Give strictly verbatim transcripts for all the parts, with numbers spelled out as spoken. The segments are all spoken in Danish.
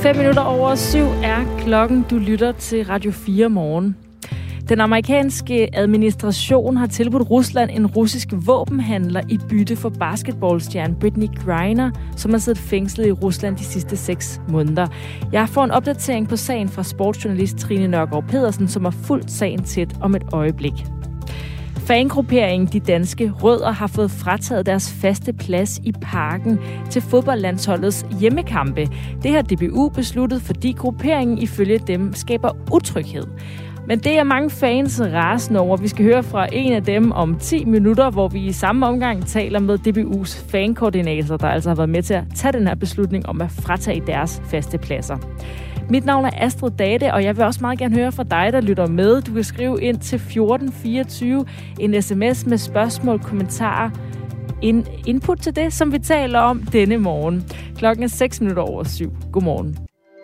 Fem minutter over syv er klokken. Du lytter til Radio fire morgen. Den amerikanske administration har tilbudt Rusland en russisk våbenhandler i bytte for basketballstjernen Brittney Griner, som har siddet fængslet i Rusland de sidste seks måneder. Jeg får en opdatering på sagen fra sportsjournalist Trine Nørgaard Pedersen, som har fulgt sagen tæt om et øjeblik. Fangrupperingen De Danske Rødder har fået frataget deres faste plads i parken til fodboldlandsholdets hjemmekampe. Det har D B U besluttet, fordi grupperingen ifølge dem skaber utryghed. Men det er mange fans rasende over. Vi skal høre fra en af dem om ti minutter, hvor vi i samme omgang taler med D B U's fankoordinator, der altså har været med til at tage den her beslutning om at fratage deres faste pladser. Mit navn er Astrid Date, og jeg vil også meget gerne høre fra dig, der lytter med. Du kan skrive ind til fjorten fireogtyve, en sms med spørgsmål, kommentarer, en input til det, som vi taler om denne morgen. Klokken er seks minutter over syv. Godmorgen.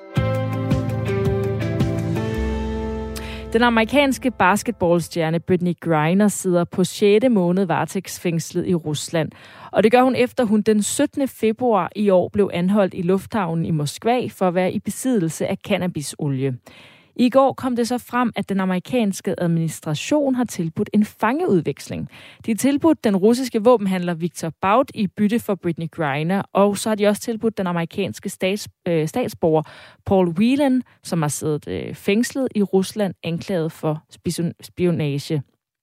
Den amerikanske basketballstjerne Brittney Griner sidder på sjette måned varetægtsfængslet i Rusland. Og det gør hun efter, hun den syttende februar i år blev anholdt i lufthavnen i Moskva for at være i besiddelse af cannabisolie. I går kom det så frem, at den amerikanske administration har tilbudt en fangeudveksling. De har tilbudt den russiske våbenhandler Viktor Bout i bytte for Brittney Griner, og så har de også tilbudt den amerikanske stats, øh, statsborger Paul Whelan, som har siddet øh, fængslet i Rusland, anklaget for spionage.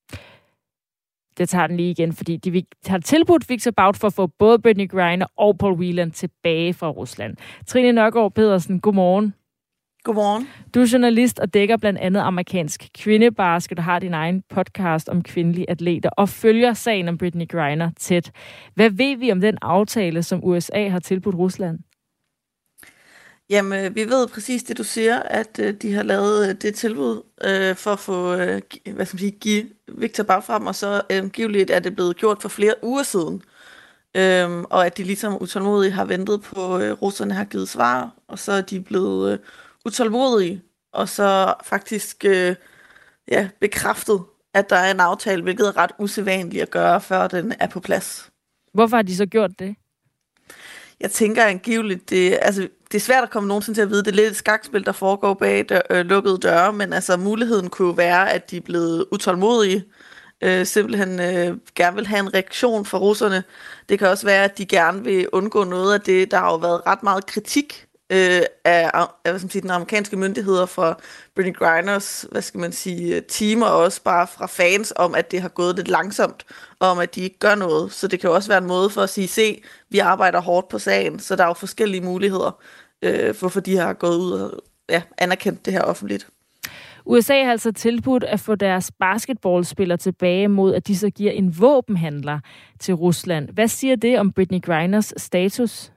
Det tager den lige igen, fordi de har tilbudt Viktor Bout for at få både Brittney Griner og Paul Whelan tilbage fra Rusland. Trine Nørgaard Pedersen, godmorgen. Godmorgen. Du er journalist og dækker blandt andet amerikansk kvindebasket. Du har din egen podcast om kvindelige atleter og følger sagen om Brittney Griner tæt. Hvad ved vi om den aftale, som U S A har tilbudt Rusland? Jamen, vi ved præcis det, du siger, at øh, de har lavet øh, det tilbud øh, for at få, øh, hvad skal man sige, give Viktor Bout frem, og så angiveligt er det blevet gjort for flere uger siden. Øhm, og at de ligesom utålmodige har ventet på, øh, russerne har givet svar, og så er de blevet øh, utålmodige, og så faktisk øh, ja, bekræftet, at der er en aftale, hvilket er ret usædvanligt at gøre, før den er på plads. Hvorfor har de så gjort det? Jeg tænker angiveligt, det, altså, det er svært at komme nogensinde til at vide. Det er lidt et skakspil, der foregår bag dør, øh, lukkede døre, men altså, muligheden kunne jo være, at de er blevet utålmodige, øh, simpelthen øh, gerne vil have en reaktion fra russerne. Det kan også være, at de gerne vil undgå noget af det. Der har jo været ret meget kritik øh, af, af hvad skal man sige, den amerikanske myndigheder fra Brittney Griners, hvad skal man sige, team, og også bare fra fans om, at det har gået lidt langsomt, og om at de ikke gør noget. Så det kan jo også være en måde for at sige, se, vi arbejder hårdt på sagen, så der er jo forskellige muligheder, øh, hvorfor de har gået ud og ja, anerkendt det her offentligt. U S A har altså tilbudt at få deres basketballspillere tilbage mod, at de så giver en våbenhandler til Rusland. Hvad siger det om Brittney Griners status?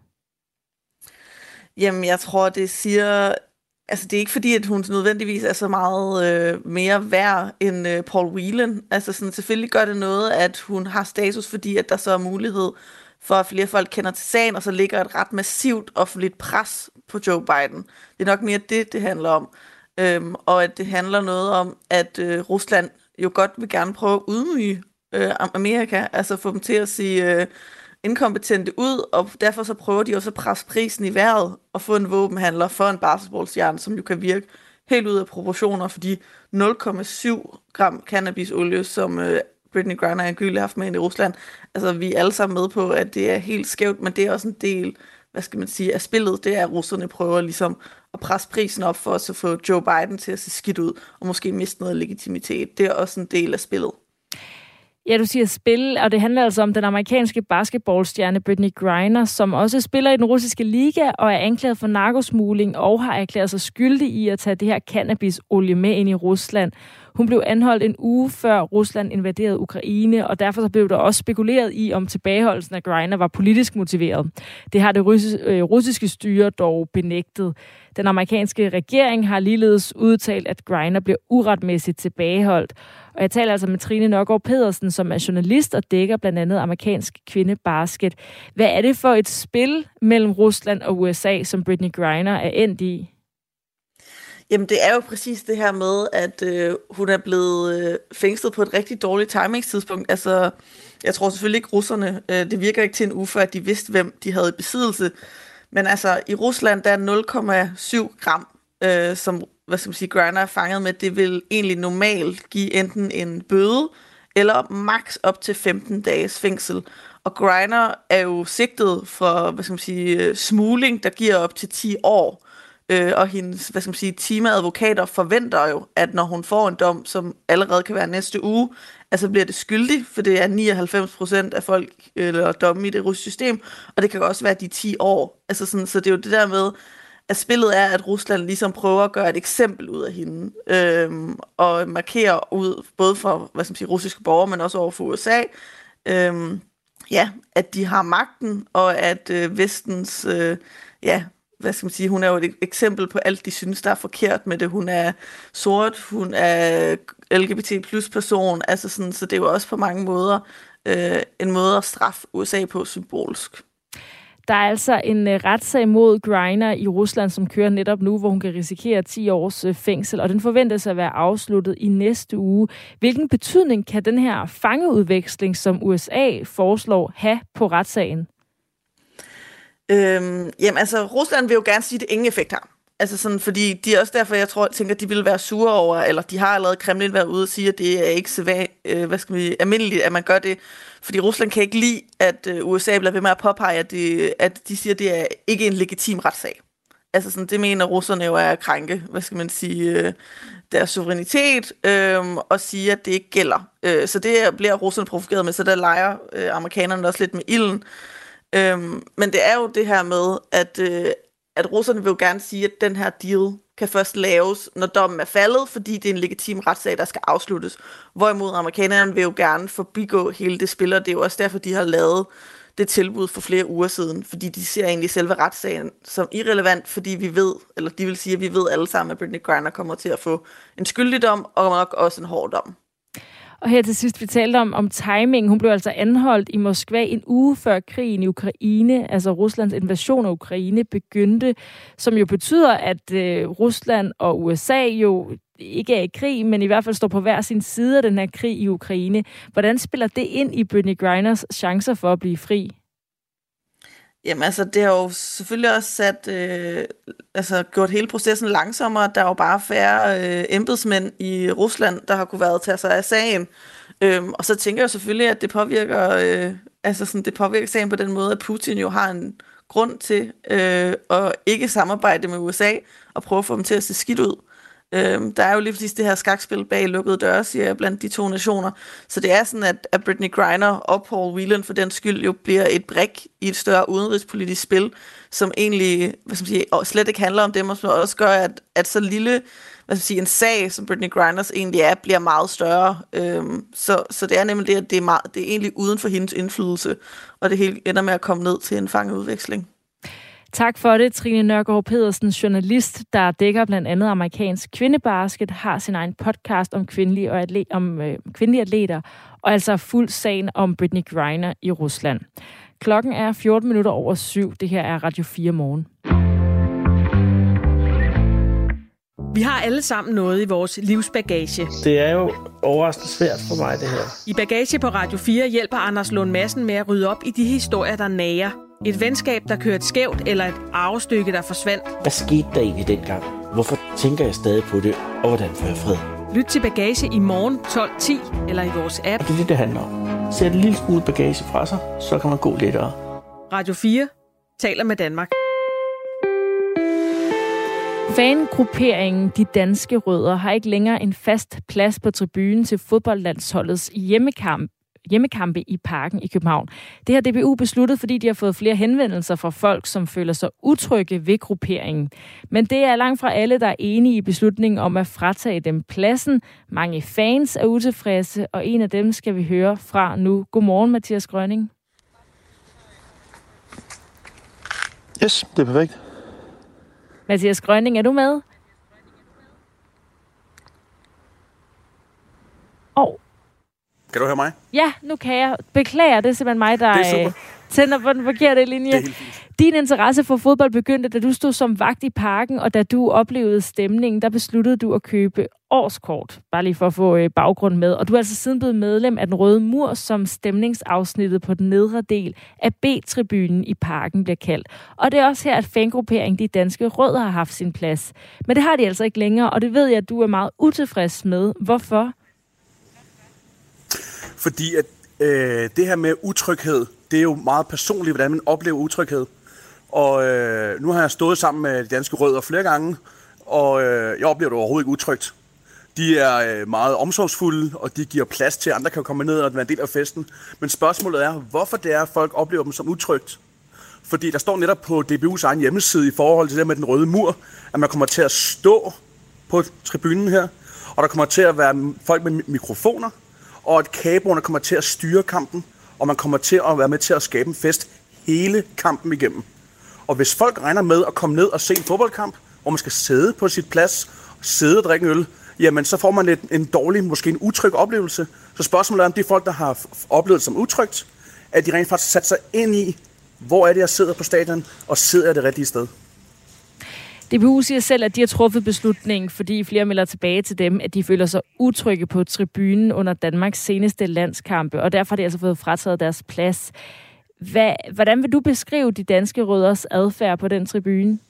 Jamen, jeg tror, det siger... Altså, det er ikke fordi, at hun nødvendigvis er så meget øh, mere værd end øh, Paul Whelan. Altså, sådan, selvfølgelig gør det noget, at hun har status, fordi at der så er mulighed for, at flere folk kender til sagen, og så ligger et ret massivt offentligt pres på Joe Biden. Det er nok mere det, det handler om. Øhm, og at det handler noget om, at øh, Rusland jo godt vil gerne prøve at udmyge øh, Amerika, altså få dem til at sige... Øh, inkompetente ud, og derfor så prøver de også at presse prisen i vejret og få en våbenhandler for en basketballstjerne, som jo kan virke helt ud af proportioner, fordi nul komma syv gram cannabisolie, som øh, Brittney Griner angiveligt har haft med ind i Rusland, altså vi er alle sammen med på, at det er helt skævt, men det er også en del, hvad skal man sige, af spillet, det er, at russerne prøver ligesom at presse prisen op for at få Joe Biden til at se skidt ud, og måske miste noget legitimitet. Det er også en del af spillet. Ja, du siger spil, og det handler altså om den amerikanske basketballstjerne Brittney Griner, som også spiller i den russiske liga og er anklaget for narkosmugling og har erklæret sig skyldig i at tage det her cannabisolie med ind i Rusland. Hun blev anholdt en uge før Rusland invaderede Ukraine, og derfor så blev der også spekuleret i, om tilbageholdelsen af Griner var politisk motiveret. Det har det russiske styre dog benægtet. Den amerikanske regering har ligeledes udtalt, at Griner bliver uretmæssigt tilbageholdt. Og jeg taler altså med Trine Nørgaard Pedersen, som er journalist og dækker blandt andet amerikansk kvindebasket. Hvad er det for et spil mellem Rusland og U S A, som Brittney Griner er endt i? Jamen, det er jo præcis det her med, at øh, hun er blevet øh, fængslet på et rigtig dårligt timingstidspunkt. Altså, jeg tror selvfølgelig ikke russerne, øh, det virker ikke til en uge før, at de vidste, hvem de havde i besiddelse. Men altså, i Rusland, der er nul komma syv gram, øh, som, hvad skal man sige, Griner er fanget med. Det vil egentlig normalt give enten en bøde, eller max op til femten dages fængsel. Og Griner er jo sigtet for, hvad skal man sige, smugling, der giver op til ti år. Øh, og hendes, hvad skal man sige, teamadvokater forventer jo, at når hun får en dom, som allerede kan være næste uge, altså bliver det skyldig, for det er nioghalvfems procent af folk, eller domme i det russiske system, og det kan også være de ti år. Altså sådan, så det er jo det der med, at spillet er, at Rusland ligesom prøver at gøre et eksempel ud af hende, øhm, og markere ud, både for, hvad skal man sige, russiske borgere, men også over for U S A, øhm, ja, at de har magten, og at øh, vestens, øh, ja, hvad skal man sige, hun er jo et eksempel på alt, de synes, der er forkert med det. Hun er sort, hun er L G B T plus person, altså sådan, så det er jo også på mange måder øh, en måde at straffe U S A på symbolsk. Der er altså en uh, retssag mod Griner i Rusland, som kører netop nu, hvor hun kan risikere ti års uh, fængsel, og den forventes at være afsluttet i næste uge. Hvilken betydning kan den her fangeudveksling, som U S A foreslår, have på retssagen? Øhm, jamen altså, Rusland vil jo gerne sige, at det ingen effekt har. Altså sådan, fordi de er også derfor, jeg tror, tænker, at de vil være sure over, eller de har allerede Kremlin været ude og sige, at det er ikke så øh, hvad skal vi, almindeligt, at man gør det. Fordi Rusland kan ikke lide, at øh, U S A bliver ved med at påpege, at, det, at de siger, at det er ikke en legitim retssag. Altså sådan, det mener russerne jo er at krænke, hvad skal man sige, øh, deres suverænitet, øh, og sige, at det ikke gælder. Øh, så det bliver russerne provokeret med, så der leger øh, amerikanerne også lidt med ilden. Øhm, men det er jo det her med, at, øh, at russerne vil jo gerne sige, at den her deal kan først laves, når dommen er faldet, fordi det er en legitim retssag, der skal afsluttes. Hvorimod amerikanerne vil jo gerne forbigå hele det spil, og det er jo også derfor, de har lavet det tilbud for flere uger siden, fordi de ser egentlig selve retssagen som irrelevant, fordi vi ved, eller de vil sige, at vi ved alle sammen, at Brittney Griner kommer til at få en skyldig dom, og nok også en hård dom. Og her til sidst, vi talte om, om timing. Hun blev altså anholdt i Moskva en uge før krigen i Ukraine, altså Ruslands invasion af Ukraine, begyndte, som jo betyder, at øh, Rusland og U S A jo ikke er i krig, men i hvert fald står på hver sin side af den her krig i Ukraine. Hvordan spiller det ind i Brittney Griners chancer for at blive fri? Jamen altså, det har jo selvfølgelig også sat, øh, altså gjort hele processen langsommere. Der er jo bare færre øh, embedsmænd i Rusland, der har kunne været tage sig af sagen. Øhm, og så tænker jeg selvfølgelig, at det påvirker, øh, altså sådan, det påvirker sagen på den måde, at Putin jo har en grund til øh, at ikke samarbejde med U S A og prøve at få dem til at se skidt ud. Øhm, der er jo lige præcis det her skakspil bag lukkede døre, siger jeg, blandt de to nationer. Så det er sådan, at, at Brittney Griner og Paul Whelan for den skyld jo bliver et brik i et større udenrigspolitisk spil, som egentlig, hvad skal man sige, slet ikke handler om det, og som også gør, at, at så lille, hvad skal man sige, en sag, som Brittney Griners egentlig er, bliver meget større. Øhm, så, så det er nemlig det, at det er, meget, det er egentlig uden for hendes indflydelse, og det hele ender med at komme ned til en fangeudveksling. Tak for det, Trine Nørgaard Pedersen, journalist, der dækker blandt andet amerikansk kvindebasket, har sin egen podcast om kvindelige, og atlet, om, øh, kvindelige atleter, og altså fuld sagen om Brittney Griner i Rusland. Klokken er fjorten minutter over syv. Det her er Radio fire Morgen. Vi har alle sammen noget i vores livsbagage. Det er jo overraskende svært for mig, det her. I Bagage på Radio fire hjælper Anders Lund Madsen med at rydde op i de historier, der nager. Et venskab, der kørte skævt, eller et arvestykke, der forsvandt. Hvad skete der egentlig dengang? Hvorfor tænker jeg stadig på det, og hvordan får jeg fred? Lyt til Bagage i morgen tolv ti eller i vores app. Og det er det, det handler om. Sæt en lille smule bagage fra sig, så kan man gå lettere. Radio fire taler med Danmark. Fangrupperingen De Danske Rødder har ikke længere en fast plads på tribunen til fodboldlandsholdets hjemmekamp. hjemmekampe i Parken i København. Det har D B U besluttet, fordi de har fået flere henvendelser fra folk, som føler sig utrygge ved grupperingen. Men det er langt fra alle, der er enige i beslutningen om at fratage dem pladsen. Mange fans er utilfredse, og en af dem skal vi høre fra nu. Godmorgen, Mathias Grønning. Yes, det er perfekt. Mathias Grønning, er du med? Og Kan du høre mig? ja, nu kan jeg. Beklager, det er simpelthen mig, der, Det er super. tænder på den forkerte linje. Din interesse for fodbold begyndte, da du stod som vagt i Parken, og da du oplevede stemningen, der besluttede du at købe årskort. Bare lige for at få øh, baggrund med. Og du er altså siden blevet medlem af den Røde Mur, som stemningsafsnittet på den nedre del af B-tribunen i Parken bliver kaldt. Og det er også her, at fangrupperingen De Danske Rødder har haft sin plads. Men det har de altså ikke længere, og det ved jeg, at du er meget utilfreds med. Hvorfor? Fordi at øh, det her med utryghed, det er jo meget personligt, hvordan man oplever utryghed. Og øh, nu har jeg stået sammen med De Danske Rødder flere gange, og øh, jeg oplever det overhovedet ikke utrygt. De er øh, meget omsorgsfulde, og de giver plads til, at andre kan komme ned og være en del af festen. Men spørgsmålet er, hvorfor det er, at folk oplever dem som utrygt. Fordi der står netop på D B U's egen hjemmeside i forhold til det med den røde mur, at man kommer til at stå på tribunen her, og der kommer til at være folk med mikrofoner, og at kaboerne kommer til at styre kampen, og man kommer til at være med til at skabe en fest hele kampen igennem. Og hvis folk regner med at komme ned og se en fodboldkamp, hvor man skal sidde på sit plads, sidde og drikke øl, jamen så får man et, en dårlig, måske en utryg oplevelse. Så spørgsmålet er, om de folk, der har oplevet det som utrygt, at de rent faktisk sat sig ind i, hvor er det, jeg sidder på stadion, og sidder jeg det rigtige sted. D B U siger selv, at de har truffet beslutningen, fordi flere melder tilbage til dem, at de føler sig utrygge på tribunen under Danmarks seneste landskampe, og derfor har de altså fået frataget deres plads. Hvad, hvordan vil du beskrive De Danske Rødders adfærd på den tribune?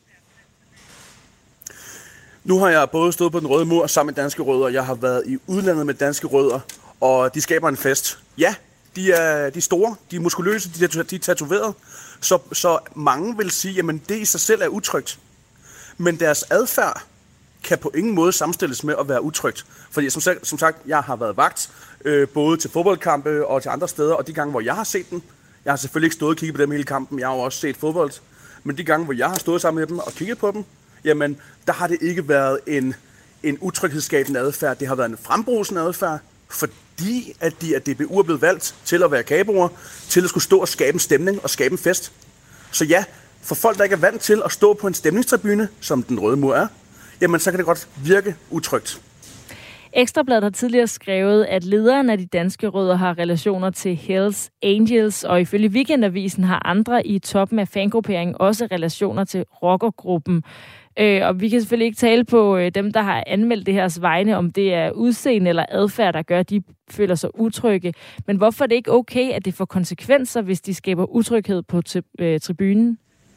Nu har jeg både stået på den røde mur sammen med Danske Rødder, jeg har været i udlandet med Danske Rødder, og de skaber en fest. Ja, de er, de er store, de er muskuløse, de er, de er tatoveret, så, så mange vil sige, at det i sig selv er utrygt. Men deres adfærd kan på ingen måde samstilles med at være utrygt. Fordi som sagt, som sagt jeg har været vagt, øh, både til fodboldkampe og til andre steder, og de gange, hvor jeg har set dem, jeg har selvfølgelig ikke stået og kigget på dem hele kampen, jeg har jo også set fodbold, men de gange, hvor jeg har stået sammen med dem og kigget på dem, jamen, der har det ikke været en, en utryghedsskabende adfærd, det har været en frembrusende adfærd, fordi at de af D B U er blevet valgt til at være kaboer, til at skulle stå og skabe en stemning og skabe en fest. Så ja, for folk, der ikke er vant til at stå på en stemningstribune, som den røde mur er, jamen så kan det godt virke utrygt. Ekstrabladet har tidligere skrevet, at lederen af De Danske Rødder har relationer til Hells Angels, og ifølge Weekendavisen har andre i toppen af fangrupperingen også relationer til rockergruppen. Øh, og vi kan selvfølgelig ikke tale på øh, dem, der har anmeldt det her vegne, om det er udseende eller adfærd, der gør, at de føler sig utrygge. Men hvorfor er det ikke okay, at det får konsekvenser, hvis de skaber utryghed på t- øh, tribunen?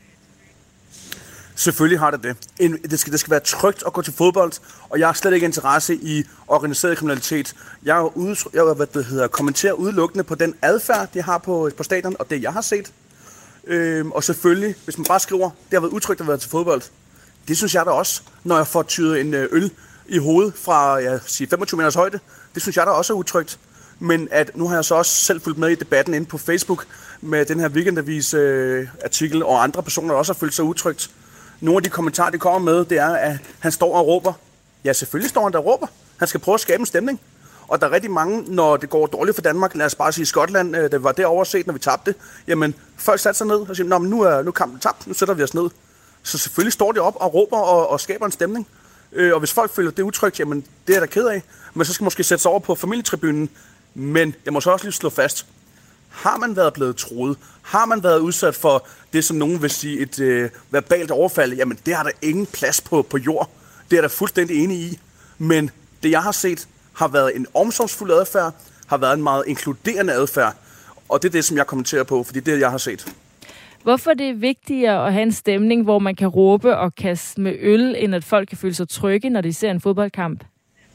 Selvfølgelig har det det. En, det, skal, det skal være trygt at gå til fodbold, og jeg har slet ikke interesse i organiseret kriminalitet. Jeg har, ude, jeg har hvad det hedder, kommenteret udelukkende på den adfærd, de har på, på stadion, og det jeg har set. Øhm, og selvfølgelig, hvis man bare skriver, det har været utrygt at være til fodbold, det synes jeg da også, når jeg får tyret en øl i hovedet fra jeg siger, femogtyve meters højde. Det synes jeg da også er utrygt. Men at nu har jeg så også selv fulgt med i debatten inde på Facebook med den her Weekendavis øh, artikel, og andre personer, der også har følt sig utrygt. Nogle af de kommentarer, de kommer med, det er, at han står og råber. Ja, selvfølgelig står han der og råber. Han skal prøve at skabe en stemning. Og der er rigtig mange, når det går dårligt for Danmark, lad os bare sige Skotland, da vi var derovre set, når vi tabte, jamen folk satte sig ned og siger, nå, men nu er, nu er kampen tabt, nu sætter vi os ned. Så selvfølgelig står de op og råber og, og skaber en stemning. Øh, og hvis folk føler, det er utrygt, jamen det er der ked af. Men så skal man måske sætte sig over på familietribunen. Men jeg må så også lige slå fast, har man været blevet truet? Har man været udsat for det, som nogen vil sige, et øh, verbalt overfald? Jamen, det har der ingen plads på, på jord. Det er der fuldstændig enig i. Men det, jeg har set, har været en omsorgsfuld adfærd, har været en meget inkluderende adfærd. Og det er det, som jeg kommenterer på, fordi det er det, jeg har set. Hvorfor er det vigtigere at have en stemning, hvor man kan råbe og kaste med øl, end at folk kan føle sig trygge, når de ser en fodboldkamp?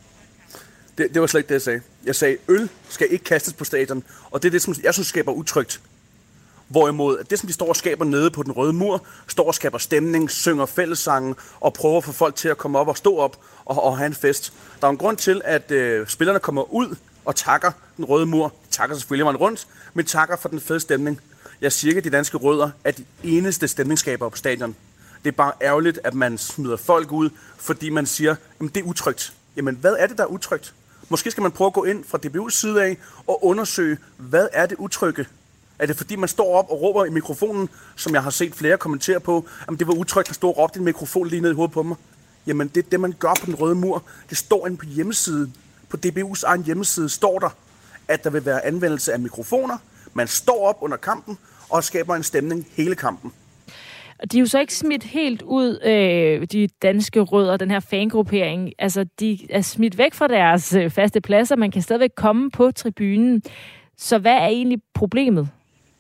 Det, det var slet ikke det, jeg sagde. Jeg sagde, øl skal ikke kastes på stadion, og det er det, som jeg synes skaber utrygt. Hvorimod, at det, som de står og skaber nede på den røde mur, står og skaber stemning, synger fællessange og prøver at få folk til at komme op og stå op og, og have en fest. Der er en grund til, at øh, spillerne kommer ud og takker den røde mur. De takker selvfølgelig man rundt, men takker for den fede stemning. Jeg siger ikke, at De Danske Rødder er de eneste stemningsskabere på stadion. Det er bare ærgerligt, at man smider folk ud, fordi man siger, at det er utrygt. Jamen, hvad er det, der er utrygt? Måske skal man prøve at gå ind fra D B U's side af og undersøge, hvad er det utrygge? Er det fordi, man står op og råber i mikrofonen, som jeg har set flere kommentere på, at det var utrygt at stå og råbe din mikrofon lige ned i hovedet på mig? Jamen, det er det, man gør på den røde mur. Det står inde på hjemmesiden. På D B U's egen hjemmeside står der, at der vil være anvendelse af mikrofoner. Man står op under kampen, og skaber en stemning hele kampen. De er jo så ikke smidt helt ud, øh, de danske rødder, den her fangruppering. Altså, de er smidt væk fra deres øh, faste pladser. Man kan stadigvæk komme på tribunen. Så hvad er egentlig problemet?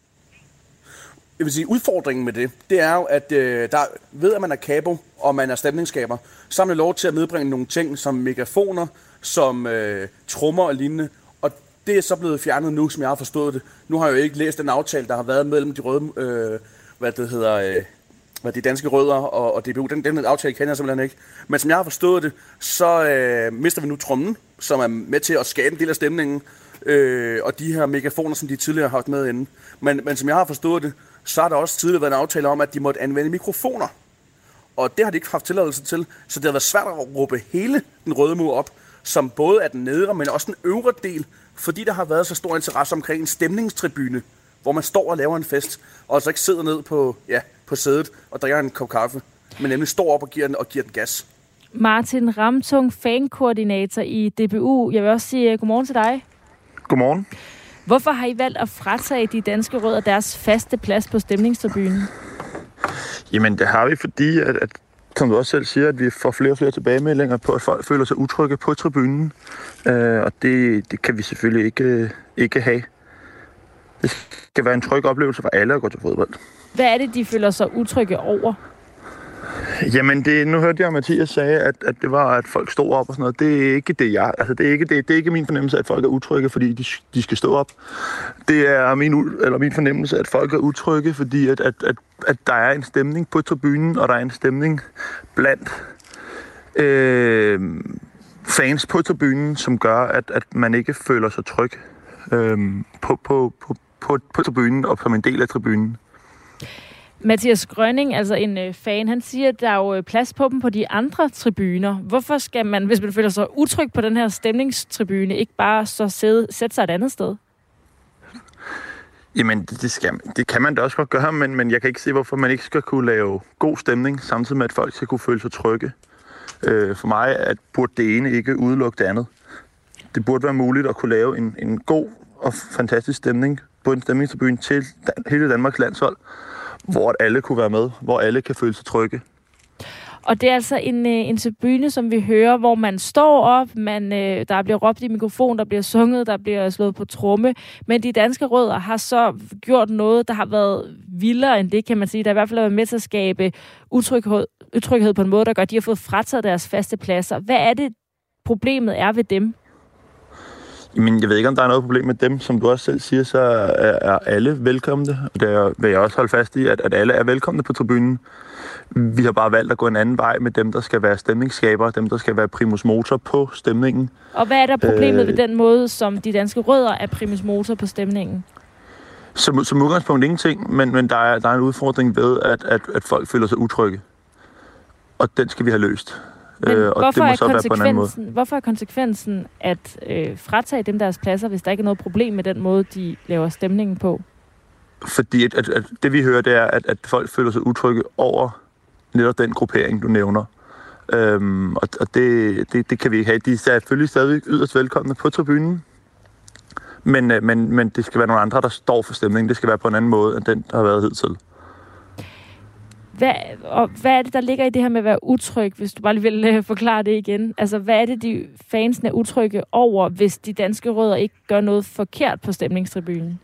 Jeg vil sige, udfordringen med det, det er jo, at øh, der, ved at man er capo, og man er stemningsskaber, så har man lov til at medbringe nogle ting som megafoner, som øh, trommer og lignende. Og det er så blevet fjernet nu, som jeg har forstået det. Nu har jeg jo ikke læst den aftale, der har været mellem de røde, øh, hvad det hedder, øh, hvad de danske rødder og, og D B U. Den, den aftale kender jeg simpelthen ikke. Men som jeg har forstået det, så øh, mister vi nu trommen, som er med til at skabe en del af stemningen, øh, og de her megafoner, som de tidligere har haft med inde. Men, men som jeg har forstået det, så har der også tidligere været en aftale om, at de måtte anvende mikrofoner. Og det har de ikke haft tilladelse til, så det har været svært at råbe hele den røde mur op, som både er den nedre, men også den øvre del, fordi der har været så stor interesse omkring en stemningstribune, hvor man står og laver en fest, og altså ikke sidder ned på, ja, på sædet og drikker en kop kaffe, men nemlig står op og giver den, og giver den gas. Martin Ramtung, fankoordinator i D B U. Jeg vil også sige godmorgen til dig. Godmorgen. Hvorfor har I valgt at fratage de danske rødder deres faste plads på stemningstribunen? Jamen, det har vi, fordi, at, at, som du også selv siger, at vi får flere og flere tilbagemeldinger på, at folk føler sig utrygge på tribunen. Øh, og det, det kan vi selvfølgelig ikke, ikke have. Det skal være en tryg oplevelse for alle at gå til fodbold. Hvad er det, de føler sig utrygge over? Jamen, det, nu hørte jeg, at Mathias sagde, at, at det var, at folk stod op og sådan noget. Det er ikke det, jeg... Altså, det er ikke, det, det er ikke min fornemmelse, at folk er utrygge, fordi de, de skal stå op. Det er min, eller min fornemmelse, at folk er utrygge, fordi at, at, at, at der er en stemning på tribunen, og der er en stemning blandt øh, fans på tribunen, som gør, at, at man ikke føler sig tryg øh, på, på, på, på, på tribunen og som en del af tribunen. Mathias Grønning, altså en øh, fan, han siger, at der er jo plads på dem på de andre tribuner. Hvorfor skal man, hvis man føler sig utryg på den her stemningstribune, ikke bare så sæde, sætte sig et andet sted? Jamen, det, det, skal, det kan man da også godt gøre, men, men jeg kan ikke se, hvorfor man ikke skal kunne lave god stemning, samtidig med, at folk skal kunne føle sig trygge. Øh, for mig at burde det ene ikke udelukke det andet. Det burde være muligt at kunne lave en, en god og fantastisk stemning på en stemningstribune til hele Danmarks landshold, hvor alle kunne være med, hvor alle kan føle sig trygge. Og det er altså en, en tribune, som vi hører, hvor man står op, man, der bliver råbt i mikrofon, der bliver sunget, der bliver slået på tromme. Men de danske rødder har så gjort noget, der har været vildere end det, kan man sige. Der har i hvert fald været med til at skabe utryghed, utryghed på en måde, der gør, at de har fået frataget deres faste pladser. Hvad er det, problemet er ved dem? Jamen, jeg ved ikke, om der er noget problem med dem. Som du også selv siger, så er alle velkomne. Og der vil jeg også holde fast i, at, at alle er velkomne på tribunen. Vi har bare valgt at gå en anden vej med dem, der skal være stemningsskabere, dem, der skal være primus motor på stemningen. Og hvad er der problemet øh, ved den måde, som de danske rødder er primus motor på stemningen? Som, som udgangspunkt ingenting, men, men der, er, der er en udfordring ved, at, at, at folk føler sig utrygge. Og den skal vi have løst. Men øh, og det må så være på en anden måde. Hvorfor er konsekvensen at øh, fratage dem deres pladser, hvis der ikke er noget problem med den måde, de laver stemningen på? Fordi at, at, at det vi hører, det er, at, at folk føler sig utrygge over netop den gruppering, du nævner. Øhm, og og det, det, det kan vi ikke have. De er selvfølgelig stadig yderst velkomne på tribunen, men, men, men det skal være nogle andre, der står for stemningen. Det skal være på en anden måde, end den, der har været hidtil. Hvad, og hvad er det, der ligger i det her med at være utryg, hvis du bare lige vil uh, forklare det igen? Altså, hvad er det, de fansene er utrygge over, hvis de danske rødder ikke gør noget forkert på stemningstribunen?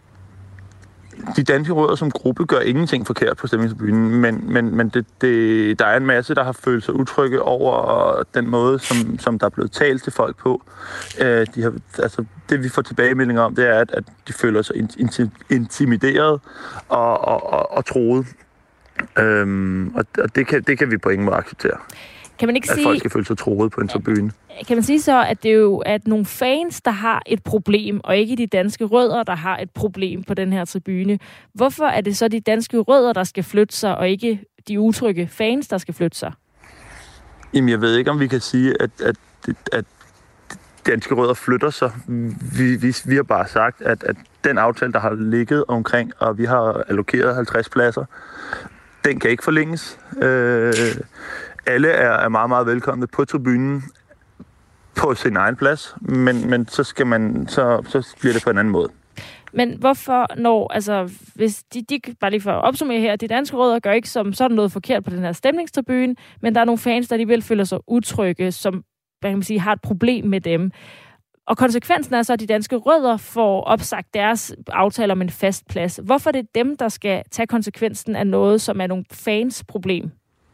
De danske rødder som gruppe gør ingenting forkert på stemningstribunen, men, men, men det, det, der er en masse, der har følt sig utrygge over den måde, som, som der er blevet talt til folk på. Uh, de har, altså, det vi får tilbagemeldinger om, det er, at, at de føler sig intimideret og, og, og, og troet. Øhm, og det kan, det kan vi på ingen måde acceptere. Kan man ikke at sige, folk skal føle sig troet på en tribune. Kan man sige så, at det er jo at nogle fans, der har et problem, og ikke de danske rødder, der har et problem på den her tribune? Hvorfor er det så de danske rødder, der skal flytte sig, og ikke de utrygge fans, der skal flytte sig? Jamen, jeg ved ikke, om vi kan sige, at, at, at danske rødder flytter sig. Vi, vi, vi har bare sagt, at, at den aftale, der har ligget omkring, og vi har allokeret halvtreds pladser, den kan ikke forlænges. Øh, alle er, er meget, meget velkomne på tribunen på sin egen plads, men, men så, skal man, så, så bliver det på en anden måde. Men hvorfor, når, altså, hvis de, de bare lige for at opsummere her, de danske rødder gør ikke som, så er der noget forkert på den her stemningstribune, men der er nogle fans, der alligevel føler sig utrygge, som, hvad kan man sige, har et problem med dem. Og konsekvensen er så, at de danske rødder får opsagt deres aftale om en fast plads. Hvorfor er det dem, der skal tage konsekvensen af noget, som er nogle fans problem?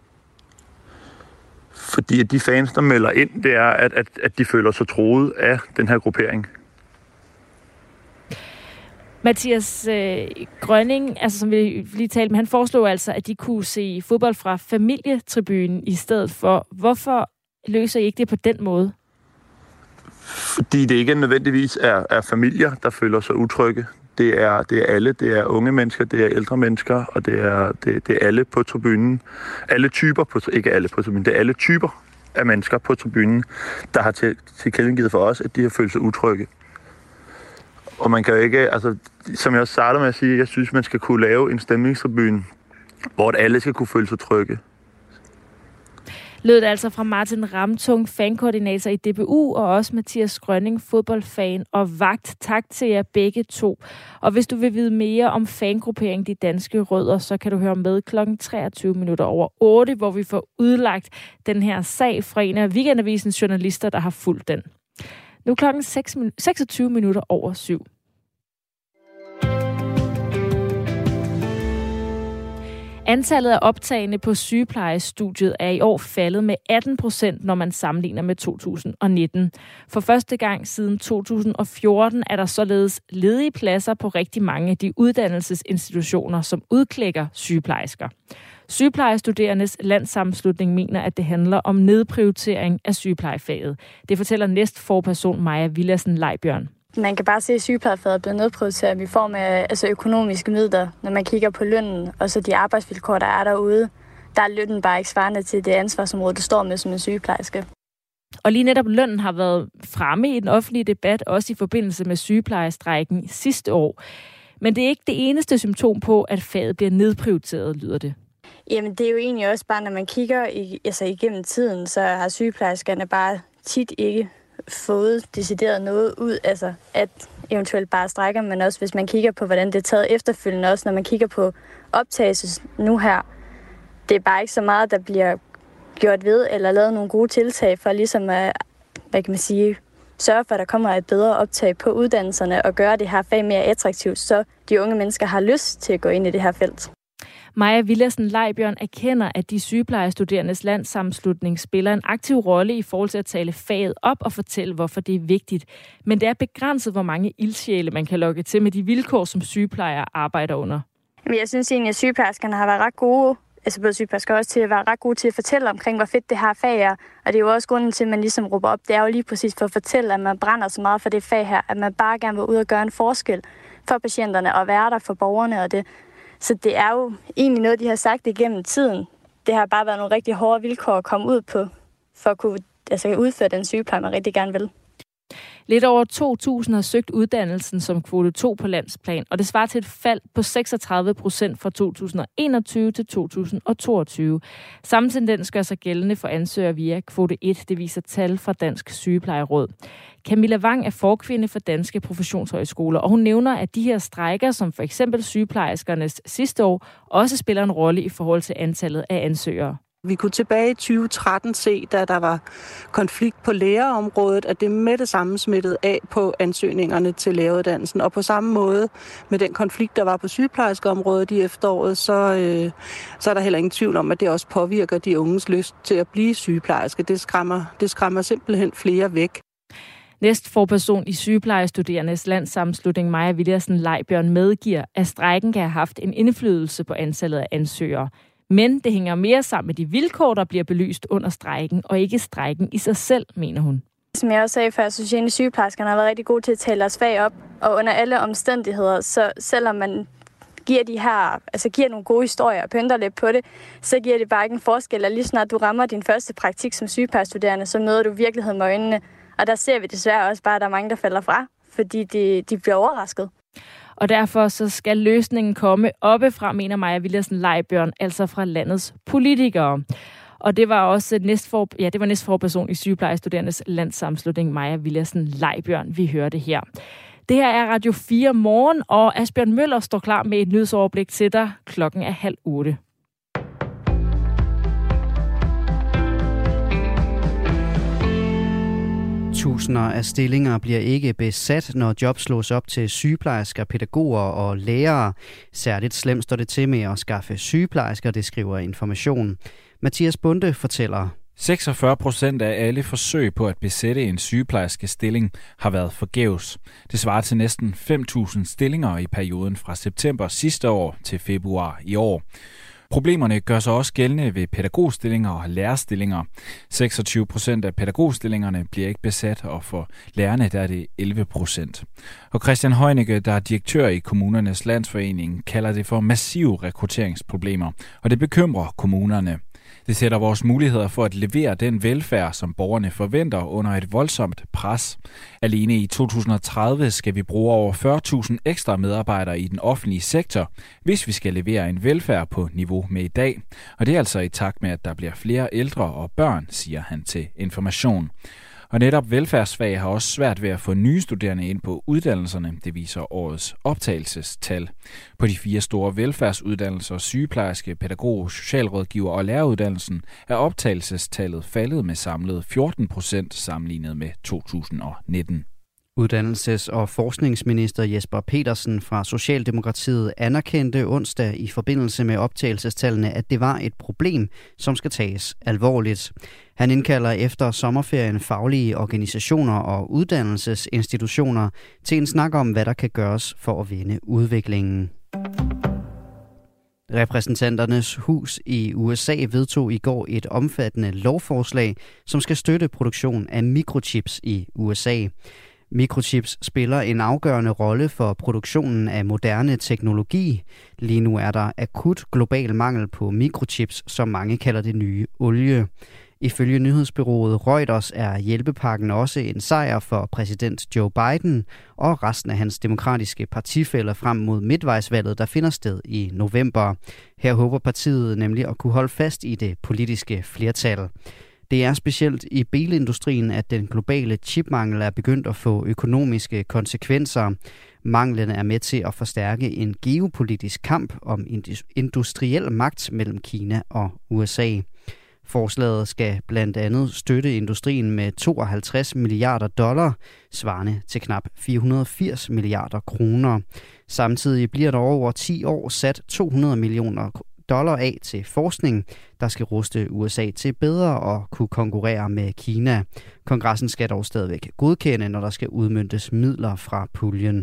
Fordi at de fans, der melder ind, det er, at, at, at de føler sig truet af den her gruppering. Mathias øh, Grønning, altså som vi lige talte med, han foreslog altså, at de kunne se fodbold fra familietribunen i stedet for. Hvorfor løser I ikke det på den måde? Fordi det ikke nødvendigvis er, er familier, der føler sig utrygge. Det er, det er alle. Det er unge mennesker, det er ældre mennesker, og det er, det, det er alle på tribunen. Alle typer, på, ikke alle på tribunen, det er alle typer af mennesker på tribunen, der har til, tilkendegivet for os, at de har følt sig utrygge. Og man kan jo ikke, altså, som jeg også startede med at sige, jeg synes, man skal kunne lave en stemningstribune, hvor alle skal kunne føle sig trygge. Lød det altså fra Martin Ramtung, fankoordinator i D B U, og også Mathias Grønning, fodboldfan og vagt. Tak til jer begge to. Og hvis du vil vide mere om fangruppering De Danske Rødder, så kan du høre med klokken treogtyve minutter over otte, hvor vi får udlagt den her sag fra en af Weekendavisens journalister, der har fulgt den. Nu er klokken seksogtyve minutter over syv. Antallet af optagende på sygeplejestudiet er i år faldet med atten procent, når man sammenligner med to tusind og nitten. For første gang siden to tusind og fjorten er der således ledige pladser på rigtig mange af de uddannelsesinstitutioner, som udklækker sygeplejersker. Sygeplejestuderendes Landssammenslutning mener, at det handler om nedprioritering af sygeplejefaget. Det fortæller næstforperson Maja Villadsen Leibjørn. Man kan bare se, at sygeplejefaget bliver nedprioriteret i form af altså økonomiske midler, når man kigger på lønnen, og så de arbejdsvilkår, der er derude. Der er lønnen bare ikke svarende til det ansvarsområde, du står med som en sygeplejerske. Og lige netop lønnen har været fremme i den offentlige debat, også i forbindelse med sygeplejestrejken sidste år. Men det er ikke det eneste symptom på, at faget bliver nedprioriteret, lyder det. Jamen det er jo egentlig også bare, når man kigger i, altså igennem tiden, så har sygeplejerskerne bare tit ikke fået decideret noget ud, altså at eventuelt bare strækker, men også hvis man kigger på, hvordan det er taget efterfølgende, også når man kigger på optagelses nu her. Det er bare ikke så meget, der bliver gjort ved, eller lavet nogle gode tiltag for ligesom at, hvad kan man sige, sørge for, at der kommer et bedre optag på uddannelserne og gøre det her fag mere attraktivt, så de unge mennesker har lyst til at gå ind i det her felt. Maja Villadsen Leibjørn erkender, at de sygeplejestuderendes Landssammenslutning spiller en aktiv rolle i forhold til at tale faget op og fortælle, hvorfor det er vigtigt. Men det er begrænset, hvor mange ildsjæle man kan lokke til med de vilkår, som sygeplejere arbejder under. Jeg synes egentlig, at sygeplejerskerne har været ret gode, altså både sygeplejersker også til at være ret gode til at fortælle omkring, hvor fedt det her fag er. Og det er jo også grunden til, at man ligesom råber op. Det er jo lige præcis for at fortælle, at man brænder så meget for det fag her, at man bare gerne vil ud og gøre en forskel for patienterne og være der for borgerne og det. Så det er jo egentlig noget, de har sagt igennem tiden. Det har bare været nogle rigtig hårde vilkår at komme ud på, for at kunne altså, udføre den sygepleje, man rigtig gerne vil. Lidt over to tusind har søgt uddannelsen som kvote to på landsplan, og det svarer til et fald på seksogtredive procent fra to tusind og enogtyve til to tusind og toogtyve. Samme tendens gør sig gældende for ansøgere via kvote et, det viser tal fra Dansk Sygeplejeråd. Camilla Wang er forkvinde for Danske Professionshøjskoler, og hun nævner, at de her strejker, som for eksempel sygeplejerskernes sidste år, også spiller en rolle i forhold til antallet af ansøgere. Vi kunne tilbage i tyve tretten se, da der var konflikt på lærerområdet, at det med det samme smittede af på ansøgningerne til læreruddannelsen. Og på samme måde med den konflikt, der var på sygeplejerskeområdet i efteråret, så, øh, så er der heller ingen tvivl om, at det også påvirker de unges lyst til at blive sygeplejerske. Det skræmmer, det skræmmer simpelthen flere væk. Næstforperson i Sygeplejestuderendes Landssammenslutning Maja Villadsen Leibjørn medgiver, at strejken kan have haft en indflydelse på antallet af ansøgere. Men det hænger mere sammen med de vilkår, der bliver belyst under strejken, og ikke strejken i sig selv, mener hun. Som jeg også sagde før, så synes jeg, at sygeplejerskerne har været rigtig gode til at tale deres fag op. Og under alle omstændigheder, så selvom man giver de her, altså giver nogle gode historier og pynter lidt på det, så giver det bare ikke en forskel. Og lige snart du rammer din første praktik som sygeplejestuderende, så møder du virkeligheden med øjnene. Og der ser vi desværre også bare, at der er mange, der falder fra, fordi de, de bliver overrasket. Og derfor så skal løsningen komme oppefra, mener Maja Villadsen Leibjørn, altså fra landets politikere. Og det var også næstfor, ja, det var næstforperson i Sygeplejestuderendes Landssammenslutning Maja Villadsen Leibjørn, vi hørte her. Det her er Radio fire Morgen, og Asbjørn Møller står klar med et nyhedsoverblik til dig. Klokken er halv otte. Tusinder af stillinger bliver ikke besat, når job slås op til sygeplejersker, pædagoger og lærere. Særligt slemt står det til med at skaffe sygeplejersker, det skriver Information. Mathias Bunde fortæller. seksogfyrre procent af alle forsøg på at besætte en sygeplejerskestilling har været forgæves. Det svarer til næsten fem tusind stillinger i perioden fra september sidste år til februar i år. Problemerne gør sig også gældende ved pædagogstillinger og lærerstillinger. seksogtyve procent af pædagogstillingerne bliver ikke besat, og for lærerne der er det elleve procent. Og Christian Heunicke, der er direktør i Kommunernes Landsforening, kalder det for massive rekrutteringsproblemer, og det bekymrer kommunerne. Det sætter vores muligheder for at levere den velfærd, som borgerne forventer, under et voldsomt pres. Alene i to tusind og tredive skal vi bruge over fyrre tusind ekstra medarbejdere i den offentlige sektor, hvis vi skal levere en velfærd på niveau med i dag. Og det er altså i takt med, at der bliver flere ældre og børn, siger han til Information. Og netop velfærdsfag har også svært ved at få nye studerende ind på uddannelserne, det viser årets optagelsestal. På de fire store velfærdsuddannelser, sygeplejerske, pædagog, socialrådgiver og læreruddannelsen, er optagelsestallet faldet med samlet fjorten procent sammenlignet med to tusind og nitten. Uddannelses- og forskningsminister Jesper Petersen fra Socialdemokratiet anerkendte onsdag i forbindelse med optagelsestallene, at det var et problem, som skal tages alvorligt. Han indkalder efter sommerferien faglige organisationer og uddannelsesinstitutioner til en snak om, hvad der kan gøres for at vende udviklingen. Repræsentanternes hus i U S A vedtog i går et omfattende lovforslag, som skal støtte produktion af mikrochips i U S A. Mikrochips spiller en afgørende rolle for produktionen af moderne teknologi. Lige nu er der akut global mangel på mikrochips, som mange kalder det nye olie. Ifølge nyhedsbureauet Reuters er hjælpepakken også en sejr for præsident Joe Biden og resten af hans demokratiske partifæller frem mod midtvejsvalget, der finder sted i november. Her håber partiet nemlig at kunne holde fast i det politiske flertal. Det er specielt i bilindustrien, at den globale chipmangel er begyndt at få økonomiske konsekvenser. Manglen er med til at forstærke en geopolitisk kamp om industriel magt mellem Kina og U S A. Forslaget skal blandt andet støtte industrien med tooghalvtreds milliarder dollar, svarende til knap fire hundrede og firs milliarder kroner. Samtidig bliver der over ti år sat to hundrede millioner dollar af til forskning, der skal ruste U S A til bedre at kunne konkurrere med Kina. Kongressen skal dog stadigvæk godkende, når der skal udmøntes midler fra puljen.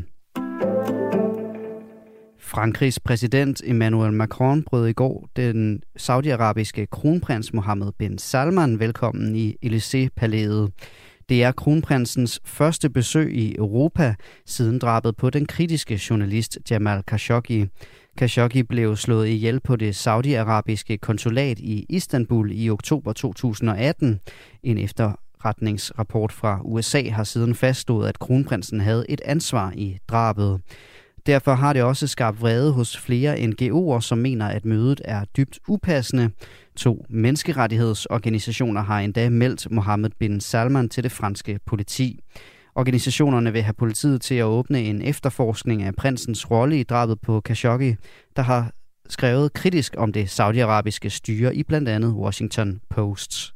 Frankrigs præsident Emmanuel Macron brød i går den saudiarabiske kronprins Mohammed bin Salman velkommen i Élysée-palæet. Det er kronprinsens første besøg i Europa siden drabet på den kritiske journalist Jamal Khashoggi. Khashoggi blev slået ihjel på det saudiarabiske konsulat i Istanbul i oktober to tusind og atten. En efterretningsrapport fra U S A har siden fastslået, at kronprinsen havde et ansvar i drabet. Derfor har det også skabt vrede hos flere N G O'er, som mener, at mødet er dybt upassende. To menneskerettighedsorganisationer har endda meldt Mohammed bin Salman til det franske politi. Organisationerne vil have politiet til at åbne en efterforskning af prinsens rolle i drabet på Khashoggi, der har skrevet kritisk om det saudiarabiske styre i blandt andet Washington Post.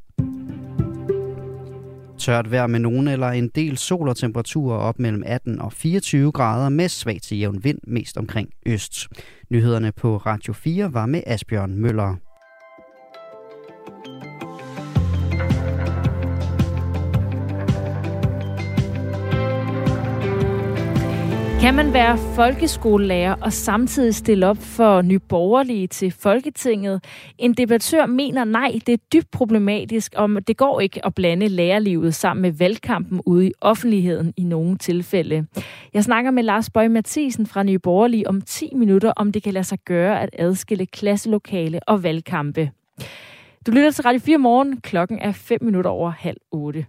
Tørt vejr med nogen eller en del sol og temperaturer op mellem atten og fireogtyve grader med svag til jævn vind mest omkring øst. Nyhederne på Radio fire var med Asbjørn Møller. Kan man være folkeskolelærer og samtidig stille op for Nye Borgerlige til Folketinget? En debattør mener nej, det er dybt problematisk, og det går ikke at blande lærerlivet sammen med valgkampen ude i offentligheden i nogle tilfælde. Jeg snakker med Lars Boje Mathiesen fra Nye Borgerlige om ti minutter, om det kan lade sig gøre at adskille klasselokale og valgkampe. Du lytter til Radio fire Morgen. Klokken er fem minutter over halv otte.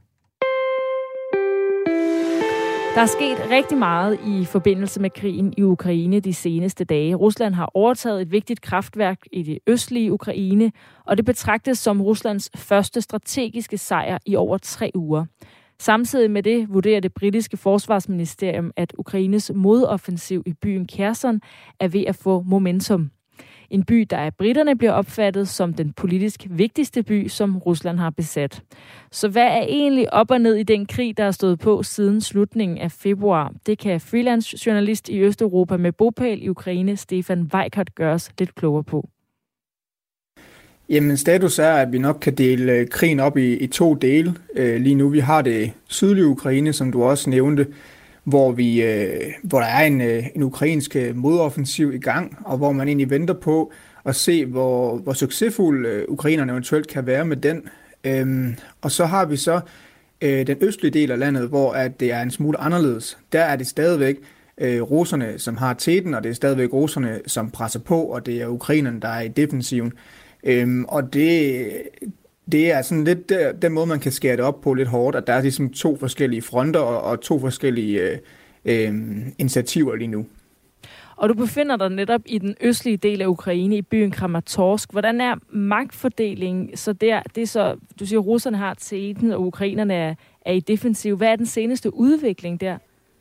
Der er sket rigtig meget i forbindelse med krigen i Ukraine de seneste dage. Rusland har overtaget et vigtigt kraftværk i det østlige Ukraine, og det betragtes som Ruslands første strategiske sejr i over tre uger. Samtidig med det vurderer det britiske forsvarsministerium, at Ukraines modoffensiv i byen Kherson er ved at få momentum. En by, der af briterne bliver opfattet som den politisk vigtigste by, som Rusland har besat. Så hvad er egentlig op og ned i den krig, der er stået på siden slutningen af februar? Det kan freelance journalist i Østeuropa med bopæl i Ukraine, Stefan Weikert, gøre os lidt klogere på. Jamen, status er, at vi nok kan dele krigen op i, i to dele. Øh, lige nu, vi har det sydlige Ukraine, som du også nævnte, hvor, vi, øh, hvor der er en, øh, en ukrainsk modoffensiv i gang, og hvor man egentlig venter på at se, hvor, hvor succesfuld øh, ukrainerne eventuelt kan være med den. Øhm, og så har vi så øh, den østlige del af landet, hvor at det er en smule anderledes. Der er det stadigvæk øh, russerne, som har teten, og det er stadigvæk russerne, som presser på, og det er ukrainerne, der er i defensiven. Øhm, og det, det er sådan lidt der, den måde, man kan skære det op på lidt hårdt, at der er ligesom to forskellige fronter og, og to forskellige øh, øh, initiativer lige nu. Og du befinder dig netop i den østlige del af Ukraine, i byen Kramatorsk. Hvordan er magtfordelingen så der? Det er så, du siger, at russerne har teten, og ukrainerne er, er i defensiv. Hvad er den seneste udvikling der?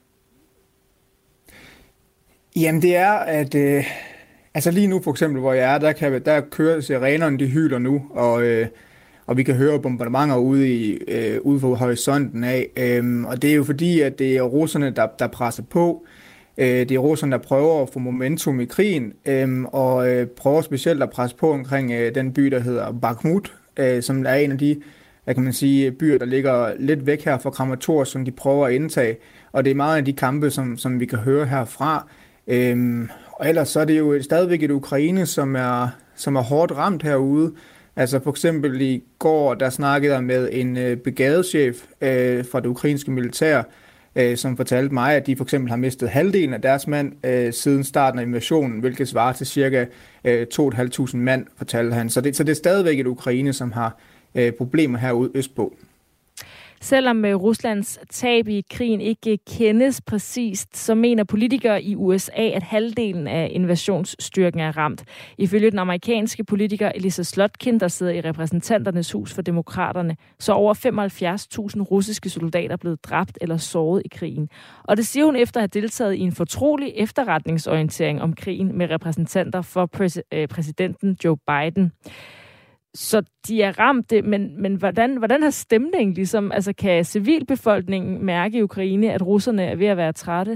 Jamen det er, at øh, altså lige nu for eksempel, hvor jeg er, der, kan, der kører sirenerne, de hyler nu, og, øh, og vi kan høre bombardementer ude, i, øh, ude på horisonten af. Øh, og det er jo fordi, at det er russerne, der, der presser på. Det er russerne, der prøver at få momentum i krigen, øhm, og øh, prøver specielt at presse på omkring øh, den by, der hedder Bakhmut, øh, som er en af de, hvad kan man sige, byer, der ligger lidt væk her fra Kramatorsk, som de prøver at indtage. Og det er meget af de kampe, som, som vi kan høre herfra. Øhm, og ellers så er det jo stadigvæk et Ukraine, som er, som er hårdt ramt herude. Altså for eksempel i går, der snakkede jeg med en øh, brigadechef øh, fra det ukrainske militær, som fortalte mig, at de for eksempel har mistet halvdelen af deres mand øh, siden starten af invasionen, hvilket svarer til cirka øh, to tusind fem hundrede mand, fortalte han. Så det, så det er stadigvæk et Ukraine, som har øh, problemer herude østpå. Selvom Ruslands tab i krigen ikke kendes præcist, så mener politikere i U S A, at halvdelen af invasionsstyrken er ramt. Ifølge den amerikanske politiker Elissa Slotkin, der sidder i repræsentanternes hus for demokraterne, så er over femoghalvfjerds tusind russiske soldater blevet dræbt eller såret i krigen. Og det siger hun efter at have deltaget i en fortrolig efterretningsorientering om krigen med repræsentanter for præs- præsidenten Joe Biden. Så de er ramt, men, men hvordan, hvordan har stemningen ligesom, altså kan civilbefolkningen mærke i Ukraine, at russerne er ved at være trætte?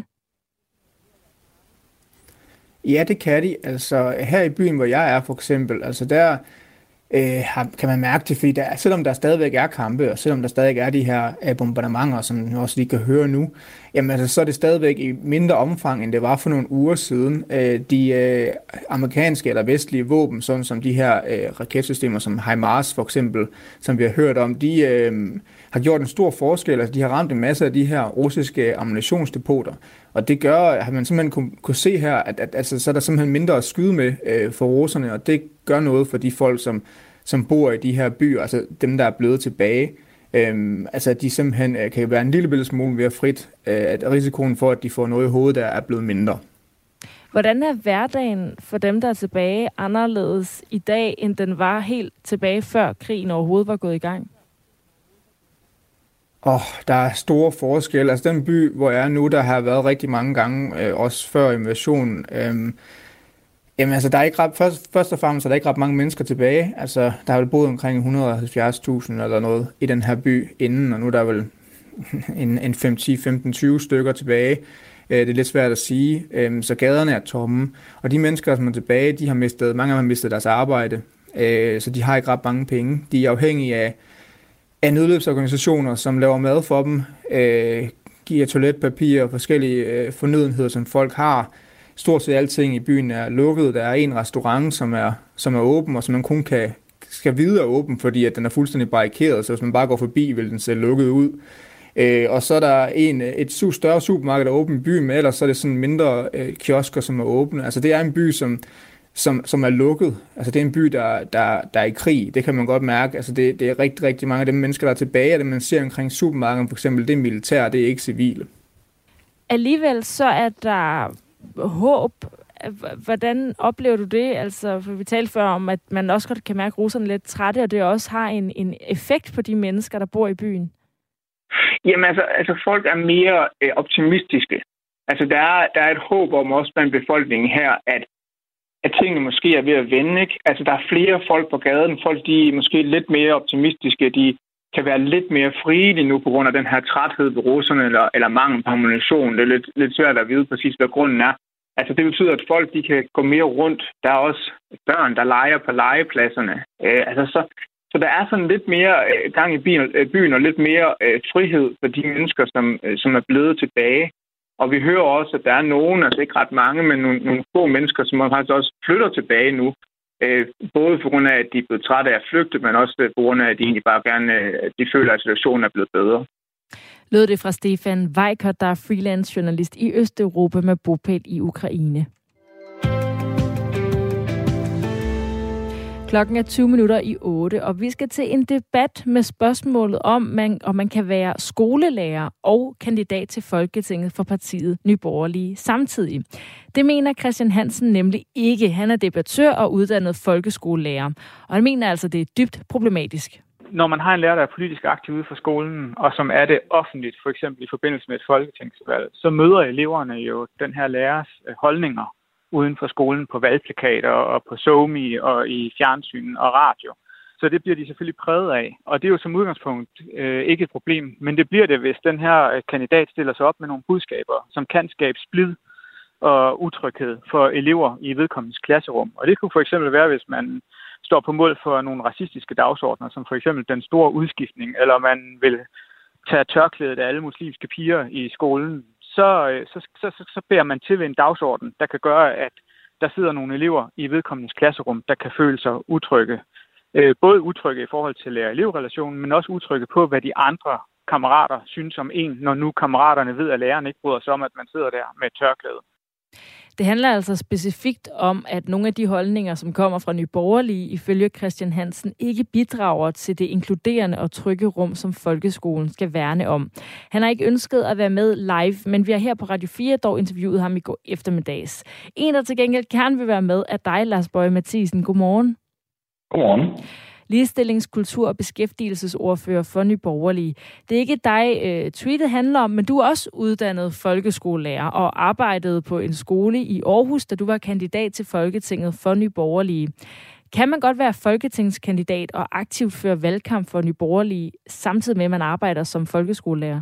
Ja, det kan de. Altså her i byen, hvor jeg er for eksempel, altså der øh, kan man mærke det, fordi der, selvom der stadigvæk er kampe, og selvom der stadig er de her øh, bombardementer, som vi også lige kan høre nu, jamen altså, så er det stadigvæk i mindre omfang, end det var for nogle uger siden. Øh, de øh, amerikanske eller vestlige våben, sådan som de her øh, raketsystemer, som HIMARS for eksempel, som vi har hørt om, de øh, har gjort en stor forskel. Altså, de har ramt en masse af de her russiske ammunitionsdepoter, og det gør, at man simpelthen kunne, kunne se her, at, at altså, så er der simpelthen mindre at skyde med øh, for russerne, og det gør noget for de folk, som, som bor i de her byer, altså dem, der er blevet tilbage. Øhm, altså at de simpelthen øh, kan være en lille bitte smule mere frit, øh, at risikoen for, at de får noget i hovedet, der er blevet mindre. Hvordan er hverdagen for dem, der er tilbage, anderledes i dag, end den var helt tilbage, før krigen overhovedet var gået i gang? Åh, oh, der er store forskelle. Altså den by, hvor jeg er nu, der har været rigtig mange gange, øh, også før invasionen. Øh, Jamen altså, der er ikke ret, først, først og fremmest er der ikke ret mange mennesker tilbage. Altså, der har vel boet omkring et hundrede og halvfjerds tusind eller noget i den her by inden, og nu er der vel en, en fem, ti, femten, tyve stykker tilbage. Det er lidt svært at sige. Så gaderne er tomme, og de mennesker, som er tilbage, de har mistet, mange af dem har mistet deres arbejde, så de har ikke ret mange penge. De er afhængige af, af nødløbsorganisationer, som laver mad for dem, giver toiletpapir og forskellige fornødenheder, som folk har. Stort set alting i byen er lukket. Der er en restaurant, som er, som er åben, og som man kun kan, skal vide er åben, fordi at den er fuldstændig barrikeret, så hvis man bare går forbi, vil den se lukket ud. Øh, og så er der en, et større supermarked, der er åbent i byen, men ellers så er det sådan mindre øh, kiosker, som er åbne. Altså det er en by, som, som, som er lukket. Altså det er en by, der, der, der er i krig. Det kan man godt mærke. Altså det, det er rigtig, rigtig mange af de mennesker, der er tilbage, og det man ser omkring supermarkedet, for eksempel, det er militær, det er ikke civile. Alligevel så er der håb. Hvordan oplever du det? Altså, for vi talte før om, at man også godt kan mærke russerne lidt trætte, og det også har en, en effekt på de mennesker, der bor i byen. Jamen altså, altså folk er mere øh, optimistiske. Altså der er, der er et håb om også blandt befolkningen her, at, at tingene måske er ved at vende, ikke? Altså der er flere folk på gaden. Folk, de er måske lidt mere optimistiske. De kan være lidt mere frie lige nu på grund af den her træthed ved russerne eller, eller mangel på ammunition. Det er lidt, lidt svært at vide præcis, hvad grunden er. Altså det betyder, at folk de kan gå mere rundt. Der er også børn, der leger på legepladserne. Øh, altså så, så der er sådan lidt mere øh, gang i byen, øh, byen og lidt mere øh, frihed for de mennesker, som, øh, som er blevet tilbage. Og vi hører også, at der er nogen, altså ikke ret mange, men nogle, nogle få mennesker, som faktisk også flytter tilbage nu. Øh, både på grund af, at de er blevet trætte af at flygte, men også på grund af, at de egentlig bare gerne øh, de føler, at situationen er blevet bedre. Lød det fra Stefan Weikert, der er freelance journalist i Østeuropa med bopæl i Ukraine. Klokken er tyve minutter i otte, og vi skal til en debat med spørgsmålet om, man, om man kan være skolelærer og kandidat til Folketinget for partiet Nye Borgerlige samtidig. Det mener Christian Hansen nemlig ikke. Han er debattør og uddannet folkeskolelærer, og han mener altså, det er dybt problematisk. Når man har en lærer, der er politisk aktiv ude for skolen, og som er det offentligt, for eksempel i forbindelse med et folketingsvalg, så møder eleverne jo den her lærers holdninger uden for skolen på valgplakater og på SoMe og i fjernsyn og radio. Så det bliver de selvfølgelig præget af. Og det er jo som udgangspunkt øh, ikke et problem, men det bliver det, hvis den her kandidat stiller sig op med nogle budskaber, som kan skabe splid og utryghed for elever i vedkommendes klasserum. Og det kunne for eksempel være, hvis man står på mål for nogle racistiske dagsordner, som for eksempel den store udskiftning, eller man vil tage tørklædet af alle muslimske piger i skolen. Så, så, så, så beder man til ved en dagsorden, der kan gøre, at der sidder nogle elever i vedkommendes klasserum, der kan føle sig utrygge. Øh, både utrygge i forhold til lærer-elev-relationen, men også utrygge på, hvad de andre kammerater synes om en, når nu kammeraterne ved, at læreren ikke bryder sig om, at man sidder der med et tørklæde. Det handler altså specifikt om, at nogle af de holdninger, som kommer fra Nye Borgerlige, ifølge Christian Hansen, ikke bidrager til det inkluderende og trygge rum, som folkeskolen skal værne om. Han har ikke ønsket at være med live, men vi har her på Radio fire dog interviewet ham i går eftermiddags. En, der til gengæld gerne vil være med, er dig, Lars Boje Mathiesen. Godmorgen. Godmorgen. Ligestillings-, kultur- og beskæftigelsesordfører for Nye Borgerlige. Det er ikke dig, øh, tweetet handler om, men du er også uddannet folkeskolelærer og arbejdede på en skole i Aarhus, da du var kandidat til Folketinget for Nye Borgerlige. Kan man godt være folketingskandidat og aktivt føre valgkamp for Nye Borgerlige, samtidig med, at man arbejder som folkeskolelærer?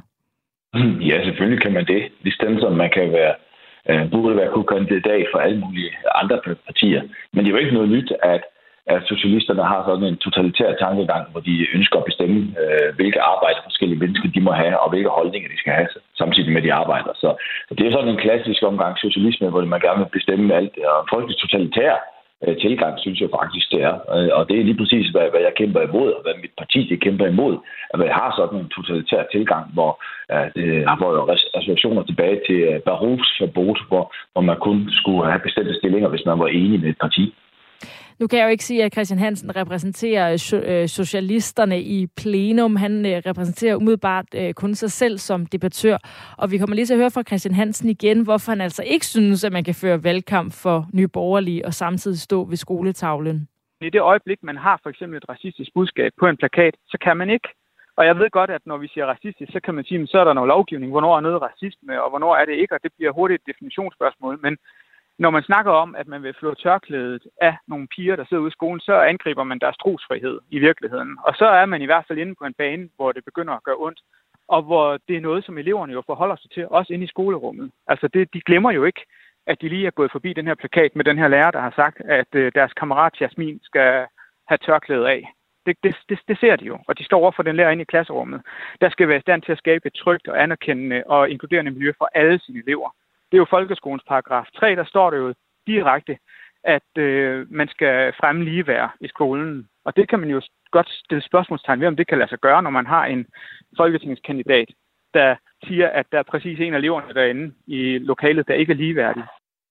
Ja, selvfølgelig kan man det. Ligesom som man kan være, øh, burde være kunne kandidat for alle mulige andre partier. Men det er jo ikke noget nyt, at at socialisterne har sådan en totalitær tankegang, hvor de ønsker at bestemme, øh, hvilke arbejde forskellige mennesker de må have, og hvilke holdninger de skal have, samtidig med, at de arbejder. Så det er sådan en klassisk omgang socialisme, hvor man gerne vil bestemme alt. Og folkelig totalitær øh, tilgang, synes jeg faktisk, det er. Og det er lige præcis, hvad, hvad jeg kæmper imod, og hvad mit parti det kæmper imod. At man har sådan en totalitær tilgang, hvor øh, det har jo reservationer tilbage til øh, Baruchs verbot, hvor, hvor man kun skulle have bestemte stillinger, hvis man var enig med et parti. Nu kan jeg jo ikke sige, at Christian Hansen repræsenterer socialisterne i plenum. Han repræsenterer umiddelbart kun sig selv som debattør. Og vi kommer lige til at høre fra Christian Hansen igen, hvorfor han altså ikke synes, at man kan føre valgkamp for Nye Borgerlige og samtidig stå ved skoletavlen. I det øjeblik, man har for eksempel et racistisk budskab på en plakat, så kan man ikke. Og jeg ved godt, at når vi siger racistisk, så kan man sige, at så er der noget lovgivning. Hvornår er noget racisme, og hvornår er det ikke? Og det bliver hurtigt et definitionsspørgsmål. Men når man snakker om, at man vil flå tørklædet af nogle piger, der sidder ude i skolen, så angriber man deres trosfrihed i virkeligheden. Og så er man i hvert fald inde på en bane, hvor det begynder at gøre ondt, og hvor det er noget, som eleverne jo forholder sig til, også inde i skolerummet. Altså det, de glemmer jo ikke, at de lige er gået forbi den her plakat med den her lærer, der har sagt, at øh, deres kammerat Jasmin skal have tørklædet af. Det, det, det, det ser de jo, og de står over for den lærer inde i klasserummet. Der skal være i stand til at skabe et trygt og anerkendende og inkluderende miljø for alle sine elever. Det er jo folkeskolens paragraf tre, der står det jo direkte, at øh, man skal fremme ligeværd i skolen. Og det kan man jo godt stille spørgsmålstegn ved, om det kan lade sig gøre, når man har en folketingskandidat, der siger, at der er præcis en af eleverne derinde i lokalet, der ikke er ligeværdig.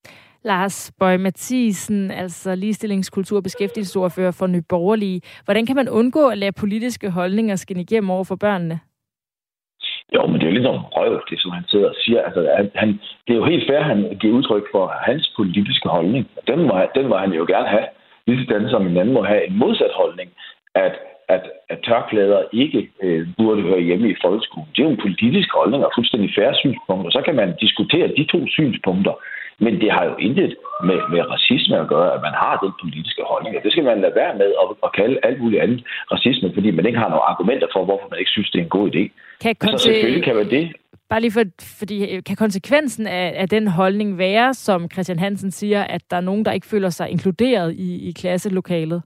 Lars Boje Mathiesen, altså ligestillings-, kultur- og beskæftigelsesordfører for Nye Borgerlige. Hvordan kan man undgå at lade politiske holdninger skinne igennem over for børnene? Jo, men det er jo lidt om røv, det som han sidder og siger. Altså, han, det er jo helt fair, at han giver udtryk for hans politiske holdning. Den må, den må han jo gerne have. Ligesådan som en anden må have en modsat holdning. At, at, at tørklæder ikke øh, burde høre hjemme i folkeskolen. Det er jo en politisk holdning og fuldstændig færre synspunkter. Så kan man diskutere de to synspunkter, men det har jo intet med, med racisme at gøre, at man har den politiske holdning. Og det skal man lade være med at, at kalde alt muligt andet racisme, fordi man ikke har nogle argumenter for, hvorfor man ikke synes, det er en god idé. Kan konse- så selvfølgelig kan man det. Bare lige for, fordi kan konsekvensen af, af den holdning være, som Christian Hansen siger, at der er nogen, der ikke føler sig inkluderet i, i klasselokalet?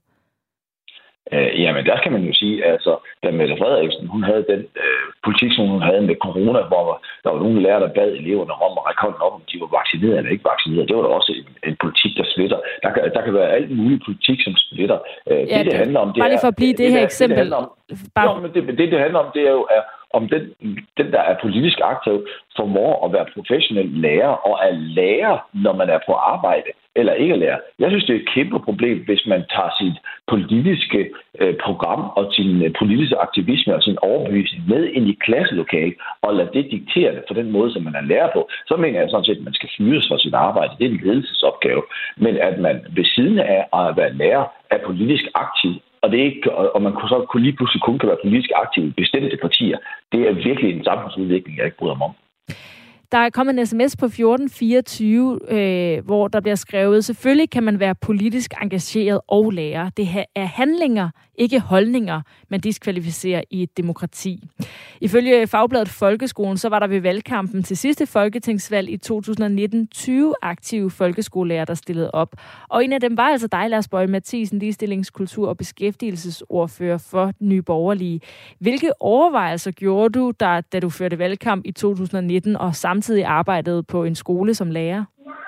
Øh, jamen, der kan man jo sige, altså, da Mette Frederiksen, hun havde den øh, politik, som hun havde med corona, hvor der var nogle lærere, der bad eleverne om at række hånden op, om de var vaccineret eller ikke vaccineret. Det var da også en, en politik, der splitter. Der kan, der kan være alt muligt politik, som splitter. Øh, ja, det, det, det handler om, det bare lige for at blive er, det, det her det, eksempel. Det, det, om, bare... jo, men det, det, det handler om, det er jo, er, om den, den, der er politisk aktiv, formår at være professionel lærer og er lærer, når man er på arbejde, eller ikke er lærer. Jeg synes, det er et kæmpe problem, hvis man tager sit politiske øh, program og sin øh, politiske aktivisme og sin overbevisning med ind i klasselokalet og lader det diktere det for den måde, som man er lærer på. Så mener jeg sådan set, at man skal fyres for sit arbejde. Det er en ledelsesopgave. Men at man ved siden af at være lærer er politisk aktiv, og, det er ikke, og man kunne så lige pludselig kun kan være politisk aktiv i bestemte partier, det er virkelig en samfundsudvikling, jeg ikke bryder mig om. Der er kommet en sms på fjorten fireogtyve, øh, hvor der bliver skrevet, selvfølgelig kan man være politisk engageret og lærer. Det er handlinger, ikke holdninger, man diskvalificerer i et demokrati. Ifølge Fagbladet Folkeskolen, så var der ved valgkampen til sidste folketingsvalg i to tusind nitten tyve aktive folkeskolelærer, der stillede op. Og en af dem var altså dig, Lars Boje Mathiesen, ligestillingskultur- og beskæftigelsesordfører for Nye Borgerlige. Hvilke overvejelser gjorde du, da, da du førte valgkamp i to tusind nitten og samtidig arbejdede på en skole som lærer?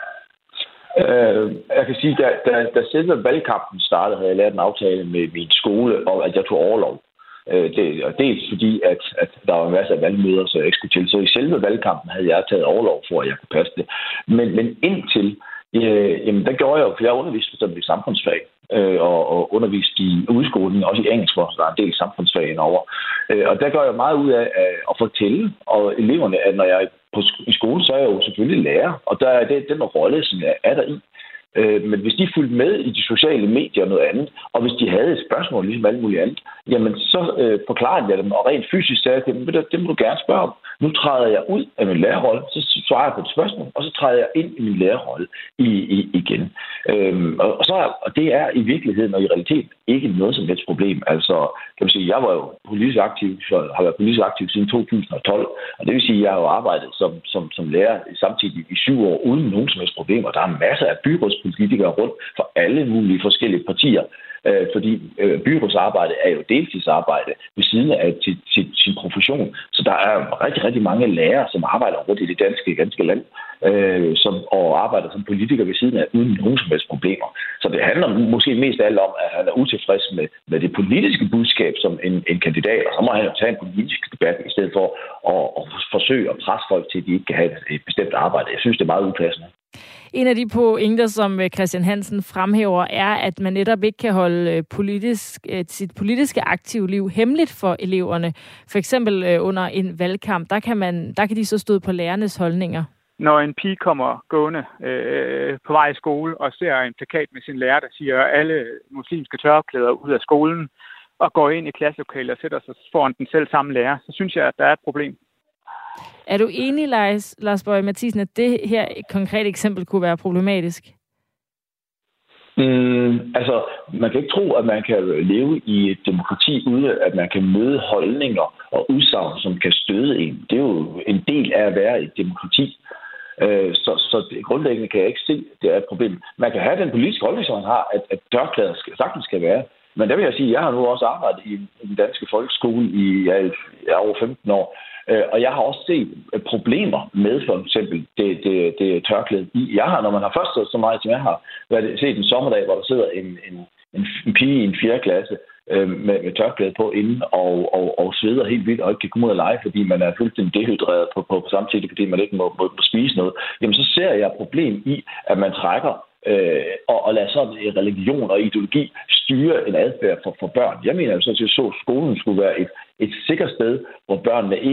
Uh, jeg kan sige, at da, da, da selve valgkampen startede, havde jeg lavet en aftale med min skole om, at jeg tog overlov. Uh, det, og dels fordi, at, at der var masser af valgmøder, så jeg ikke skulle til. Så i selve valgkampen havde jeg taget overlov for, at jeg kunne passe det. Men, men indtil, uh, jamen, der gjorde jeg jo, for jeg underviste for eksempel i samfundsfag. Øh, og, og undervist i udskoling, også i engelsk, hvor der er en del samfundsfag indover. Øh, og der gør jeg meget ud af at, at fortælle og eleverne, at når jeg er på, i skole, så er jeg jo selvfølgelig lærer, og der er det den rolle, som jeg er der i. Øh, men hvis de fulgte med i de sociale medier og noget andet, og hvis de havde et spørgsmål, ligesom alt muligt andet, jamen så øh, forklarede jeg dem, og rent fysisk sagde jeg, det, det må du gerne spørge om. Nu træder jeg ud af min lærerrolle, så svarer jeg på et spørgsmål, og så træder jeg ind i min lærerrolle i, i, igen. Øhm, og, og, så, og det er i virkeligheden og i realiteten ikke noget som helst problem. Altså, kan man sige, jeg var jo politisk aktiv, har været politisk aktiv siden to tusind og tolv, og det vil sige, at jeg har jo arbejdet som, som, som lærer samtidig i syv år uden nogen som helst problemer. Der er masser af byrådspolitikere rundt for alle mulige forskellige partier, øh, fordi øh, byrådsarbejde er jo deltidsarbejde ved siden af til, til sin profession. Så der er rigtig, rigtig mange lærere, som arbejder rundt i det danske, ganske land, øh, som, og arbejder som politiker ved siden af uden nogen som helst problemer. Så det handler måske mest af alt om, at han er utilfreds med, med det politiske budskab som en, en kandidat, og så må han jo tage en politisk debat i stedet for at, at forsøge at presse folk til, at de ikke kan have et bestemt arbejde. Jeg synes, det er meget upassende. En af de pointer, som Christian Hansen fremhæver, er, at man netop ikke kan holde politisk, sit politiske aktive liv hemmeligt for eleverne. For eksempel under en valgkamp, der kan, man, der kan de så støde på lærernes holdninger. Når en pige kommer gående øh, på vej i skole og ser en plakat med sin lærer, der siger alle muslimske tørklæder ud af skolen, og går ind i klasselokalet og sætter sig foran den selv samme lærer, så synes jeg, at der er et problem. Er du enig, Lars, Lars Boje Mathiesen, at det her konkrete eksempel kunne være problematisk? Mm, altså, man kan ikke tro, at man kan leve i et demokrati uden at man kan møde holdninger og udsagn, som kan støde en. Det er jo en del af at være et demokrati. Øh, så, så det, grundlæggende kan jeg ikke se, at det er et problem. Man kan have den politiske holdning, som man har, at, at tørklæder skal, sagtens skal være. Men der vil jeg sige, at jeg har nu også arbejdet i, i den danske folkeskole i ja, over femten år. Og jeg har også set problemer med for eksempel det, det, det tørklæde. Jeg har, når man har først så meget, som jeg har været, set en sommerdag, hvor der sidder en, en, en pige i en fjerde klasse øh, med, med tørklæde på inden og, og, og sveder helt vildt og ikke kan komme ud og lege, fordi man er fuldstændig dehydreret på, på, på samtidig, fordi man ikke må, må, må spise noget. Jamen så ser jeg et problem i, at man trækker Øh, og, og lade sådan en religion og ideologi styre en adfærd for, for børn. Jeg mener jo sådan set, så skolen skulle være et, et sikkert sted, hvor børnene ikke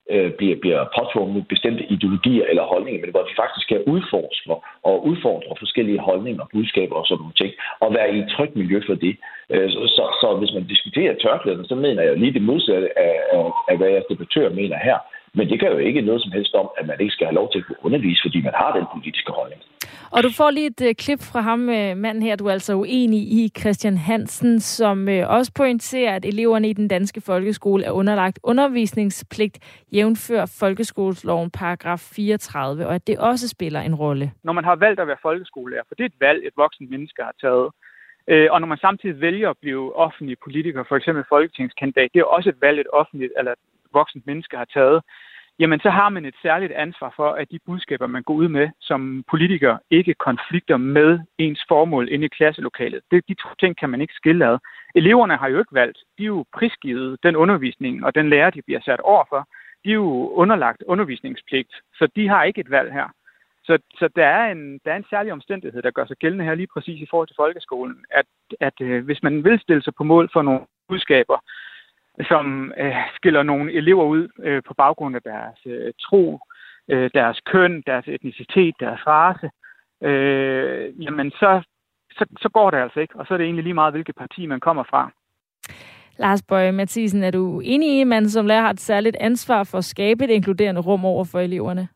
øh, bliver, bliver påtvunget bestemte ideologier eller holdninger, men hvor vi faktisk kan udforske og udfordre forskellige holdninger, budskaber og sådan nogle ting, og være i et trygt miljø for det. Øh, så, så, så hvis man diskuterer tørklæden, så mener jeg lige det modsatte af, af, af hvad jeres debattør mener her. Men det kan jo ikke noget som helst om, at man ikke skal have lov til at undervise, fordi man har den politiske holdning. Og du får lige et uh, klip fra ham, uh, manden her, du er altså uenig i, Christian Hansen, som uh, også pointerer, at eleverne i den danske folkeskole er underlagt undervisningspligt, jævnfør folkeskolesloven paragraf fireogtredive, og at det også spiller en rolle. Når man har valgt at være folkeskolelærer, for det er et valg, et voksent menneske har taget, øh, og når man samtidig vælger at blive offentlig politiker, for eksempel folketingskandidat, det er også et valg, et offentligt eller et voksent menneske har taget, jamen så har man et særligt ansvar for, at de budskaber, man går ud med som politiker, ikke konflikter med ens formål inde i klasselokalet. Det, de to ting kan man ikke skille ad. Eleverne har jo ikke valgt. De er jo prisgivet den undervisning og den lærer, de bliver sat over for. De er jo underlagt undervisningspligt, så de har ikke et valg her. Så, så der, er en, der er en særlig omstændighed, der gør sig gældende her lige præcis i forhold til folkeskolen, at, at øh, hvis man vil stille sig på mål for nogle budskaber, som øh, skiller nogle elever ud øh, på baggrund af deres øh, tro, øh, deres køn, deres etnicitet, deres race, øh, jamen så, så, så går det altså ikke. Og så er det egentlig lige meget, hvilket parti man kommer fra. Lars Boje Mathiesen, er du enig i, at man som lærer har et særligt ansvar for at skabe et inkluderende rum over for eleverne?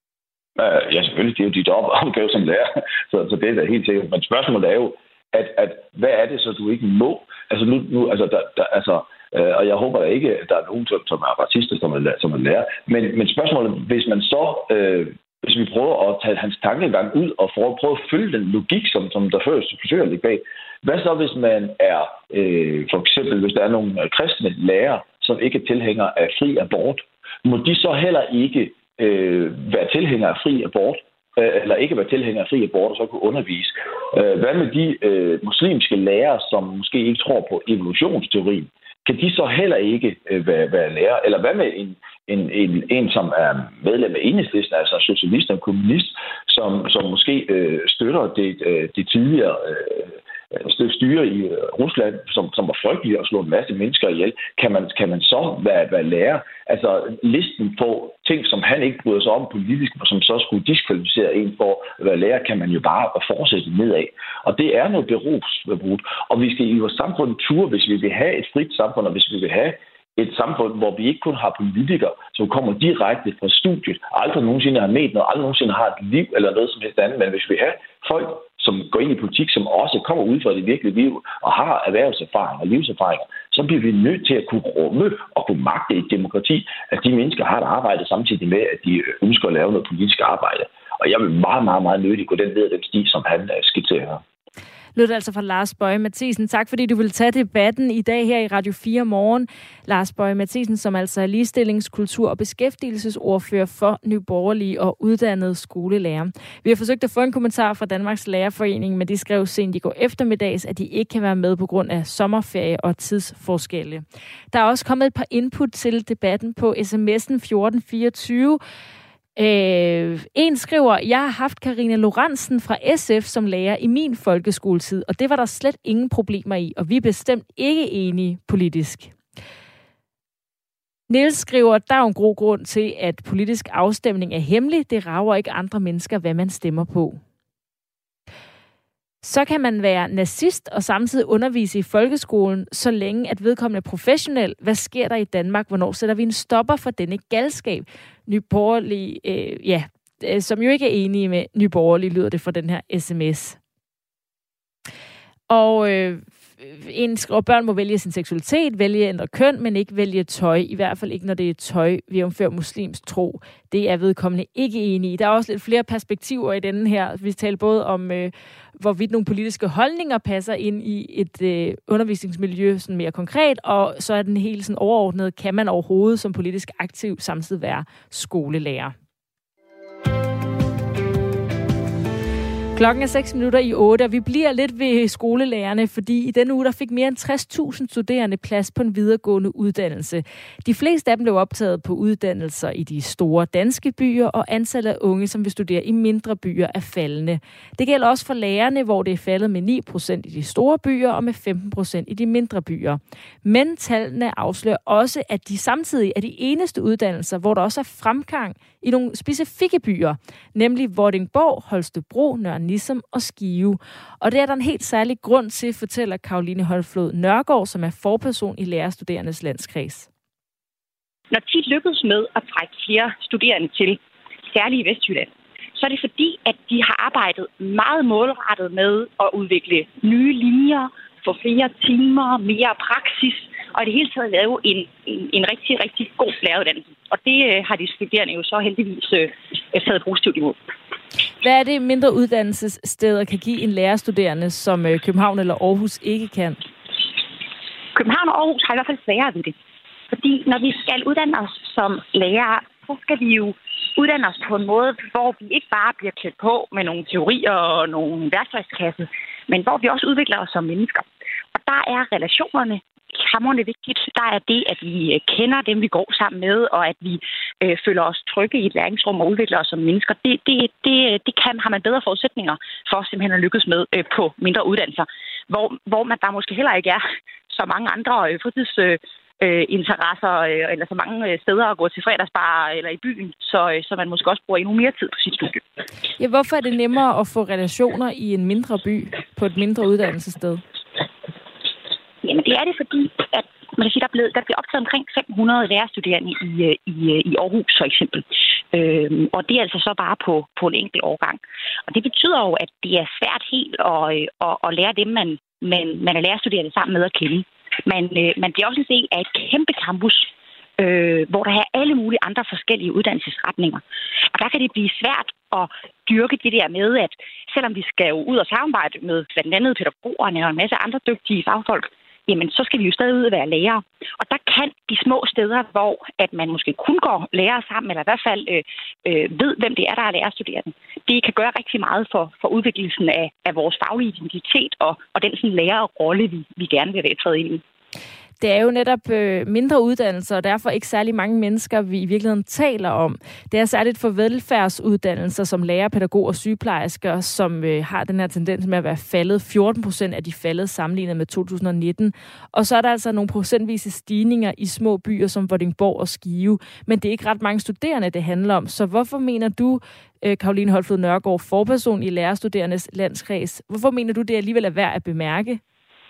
Ja, selvfølgelig. Det er jo dit opgave som lærer, så, så det er da helt sikkert. Men spørgsmålet er jo, at, at hvad er det så, du ikke må? Altså, nu, nu, altså, der, der, altså Øh, og jeg håber ikke, at der er nogen, som er racister, som er, som er lærer. Men, men spørgsmålet, hvis man så, øh, hvis vi prøver at tage hans tankegang ud og prøve at følge den logik, som, som der først forsøger at ligge bag. Hvad så, hvis man er, øh, for eksempel, hvis der er nogle kristne lærere, som ikke er tilhængere af fri abort, må de så heller ikke øh, være tilhængere af fri abort? Eller ikke være tilhænger af fri abort og så kunne undervise. Hvad med de øh, muslimske lærere, som måske ikke tror på evolutionsteorien? Kan de så heller ikke øh, være, være lærer? Eller hvad med en, en, en, en som er medlem af Enhedslisten, altså socialist og kommunist, som, som måske øh, støtter det, øh, det tidligere øh, styre i Rusland, som, som var frygteligt at slå en masse mennesker ihjel, kan man, kan man så være, være lærer? Altså listen på ting, som han ikke bryder sig om politisk, og som så skulle diskvalificere en for at være lærer, kan man jo bare fortsætte nedad. Og det er noget berufsverbud. Og vi skal i vores samfund ture, hvis vi vil have et frit samfund, og hvis vi vil have et samfund, hvor vi ikke kun har politikere, som kommer direkte fra studiet, aldrig nogensinde har med noget, aldrig nogensinde har et liv eller noget som helst andet, men hvis vi har folk, som går ind i politik, som også kommer ud fra det virkelige liv og har erhvervserfaring og livserfaringer, så bliver vi nødt til at kunne rumme og kunne magte et demokrati, at de mennesker har et arbejde samtidig med, at de ønsker at lave noget politisk arbejde. Og jeg vil meget, meget, meget nødigt gå den ved den sti, som han skitserer her. Lød altså fra Lars Boje Mathiesen. Tak fordi du vil tage debatten i dag her i Radio fire Morgen. Lars Boje Mathiesen, som altså er ligestillingskultur- og beskæftigelsesordfører for Nye Borgerlige og uddannet skolelærer. Vi har forsøgt at få en kommentar fra Danmarks Lærerforening, men de skrev sent i går eftermiddags, at de ikke kan være med på grund af sommerferie og tidsforskelle. Der er også kommet et par input til debatten på sms'en fjorten fireogtyve. Øh, en skriver, jeg har haft Karina Lorentzen fra S F som lærer i min folkeskoletid, og det var der slet ingen problemer i, og vi er bestemt ikke enige politisk. Niels skriver, der er jo en god grund til, at politisk afstemning er hemmelig. Det rager ikke andre mennesker, hvad man stemmer på. Så kan man være nazist og samtidig undervise i folkeskolen, så længe at vedkommende er professionel. Hvad sker der i Danmark? Hvornår sætter vi en stopper for denne galskab? Nye Borgerlige, øh, ja, øh, som jo ikke er enige med Nye Borgerlige, lyder det fra den her sms. Og øh, en skriver, børn må vælge sin seksualitet, vælge at ændre køn, men ikke vælge tøj. I hvert fald ikke, når det er tøj, vi omfører muslims tro. Det er vedkommende ikke enige i. Der er også lidt flere perspektiver i denne her. Vi taler både om, øh, hvorvidt nogle politiske holdninger passer ind i et øh, undervisningsmiljø sådan mere konkret, og så er den helt sådan overordnet, kan man overhovedet som politisk aktiv samtidig være skolelærer. Klokken er seks minutter i otte, og vi bliver lidt ved skolelærerne, fordi i denne uge der fik mere end tres tusind studerende plads på en videregående uddannelse. De fleste af dem blev optaget på uddannelser i de store danske byer, og antallet af unge, som vil studere i mindre byer, er faldende. Det gælder også for lærerne, hvor det er faldet med ni procent i de store byer og med femten procent i de mindre byer. Men tallene afslører også, at de samtidig er de eneste uddannelser, hvor der også er fremgang i nogle specifikke byer, nemlig Vordingborg, Holstebro, Nørre Nissum og Skive. Og det er der en helt særlig grund til, fortæller Caroline Holflod Nørgaard, som er forperson i Lærerstuderendes Landskreds. Når tit lykkes med at trække flere studerende til, særligt i Vestjylland, så er det fordi, at de har arbejdet meget målrettet med at udvikle nye linjer, få flere timer, mere praksis, og i det hele taget lave en, en, en rigtig, rigtig god læreruddannelse. Og det øh, har de studerende jo så heldigvis øh, taget positivt imod. Hvad er det, mindre uddannelsessteder kan give en lærerstuderende, som øh, København eller Aarhus ikke kan? København og Aarhus har i hvert fald sværere ved det. Fordi når vi skal uddanne os som lærere, så skal vi jo uddanne os på en måde, hvor vi ikke bare bliver klædt på med nogle teorier og nogle værktøjskasse, men hvor vi også udvikler os som mennesker. Og der er relationerne hamrende vigtigt. Der er det, at vi kender dem, vi går sammen med, og at vi øh, føler os trygge i et læringsrum og udvikler os som mennesker. Det, det, det, det kan, har man bedre forudsætninger for simpelthen at lykkes med øh, på mindre uddannelser, hvor, hvor man der måske heller ikke er så mange andre øh, fritids... Øh, Øh, interesser, øh, eller så mange øh, steder at gå til fredagsbar eller i byen, så, øh, så man måske også bruger endnu mere tid på sit studie. Ja, hvorfor er det nemmere at få relationer i en mindre by på et mindre uddannelsessted? Jamen det er det, fordi at man kan sige, der, blev, der bliver optaget omkring fem hundrede lærerstuderende i, i, i Aarhus for eksempel. Øhm, og det er altså så bare på, på en enkelt årgang. Og det betyder jo, at det er svært helt at, at, at lære dem, man, man, man er lærerstuderende sammen med at kende. Man, øh, man bliver også en del af et kæmpe campus, øh, hvor der er alle mulige andre forskellige uddannelsesretninger. Og der kan det blive svært at dyrke det der med, at selvom vi skal jo ud og samarbejde med blandt andet pædagogerne og en masse andre dygtige fagfolk, jamen så skal vi jo stadig ud og være lærere. Og der kan de små steder, hvor at man måske kun går lærere sammen, eller i hvert fald øh, øh, ved, hvem det er, der er lærerstuderende, det kan gøre rigtig meget for, for udvikkelsen af, af vores faglige identitet og, og den sådan lærerrolle, vi, vi gerne vil træde ind i. Det er jo netop øh, mindre uddannelser, og derfor ikke særlig mange mennesker, vi i virkeligheden taler om. Det er særligt for velfærdsuddannelser som lærer, pædagog og sygeplejersker, som øh, har den her tendens med at være faldet. fjorten procent af de faldet sammenlignet med to tusind nitten. Og så er der altså nogle procentvise stigninger i små byer som Vordingborg og Skive. Men det er ikke ret mange studerende, det handler om. Så hvorfor mener du, øh, Caroline Holflod Nørgaard, forperson i Lærerstuderendes Landskreds, hvorfor mener du, det alligevel er værd at bemærke?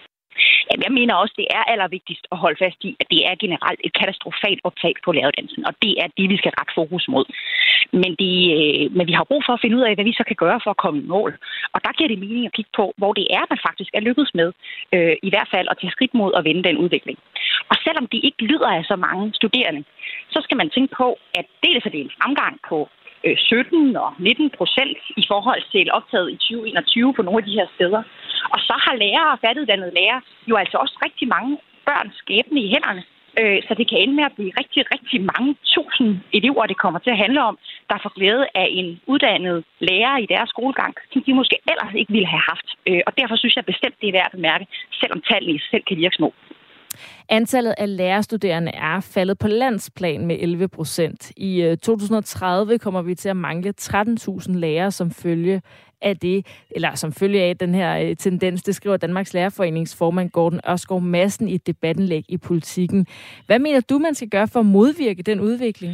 Jamen, jeg mener også, det er allervigtigst at holde fast i, at det er generelt et katastrofalt optag på læreruddannelsen, og det er det, vi skal rette fokus mod. Men, det, men vi har brug for at finde ud af, hvad vi så kan gøre for at komme i mål. Og der giver det mening at kigge på, hvor det er, man faktisk er lykkedes med, øh, i hvert fald at tage skridt mod at vende den udvikling. Og selvom de ikke lyder af så mange studerende, så skal man tænke på, at dels er det en fremgang på sytten og nitten procent i forhold til optaget i tyve enogtyve på nogle af de her steder. Og så har lærere og færdiguddannede lærere jo altså også rigtig mange børns skæbne i hænderne. Så det kan ende med at blive rigtig, rigtig mange tusind elever, det kommer til at handle om, der får glæde af en uddannet lærer i deres skolegang, som de måske ellers ikke ville have haft. Og derfor synes jeg bestemt, det er værd at bemærke, selvom tallene i sig selv kan virke små. Antallet af lærerstuderende er faldet på landsplan med elleve procent. I to tusind og tredive kommer vi til at mangle tretten tusind lærere som følge af det, eller som følge af den her tendens, det skriver Danmarks Lærerforeningsformand Gordon Ørskov Madsen i et debatindlæg i Politikken. Hvad mener du, man skal gøre for at modvirke den udvikling?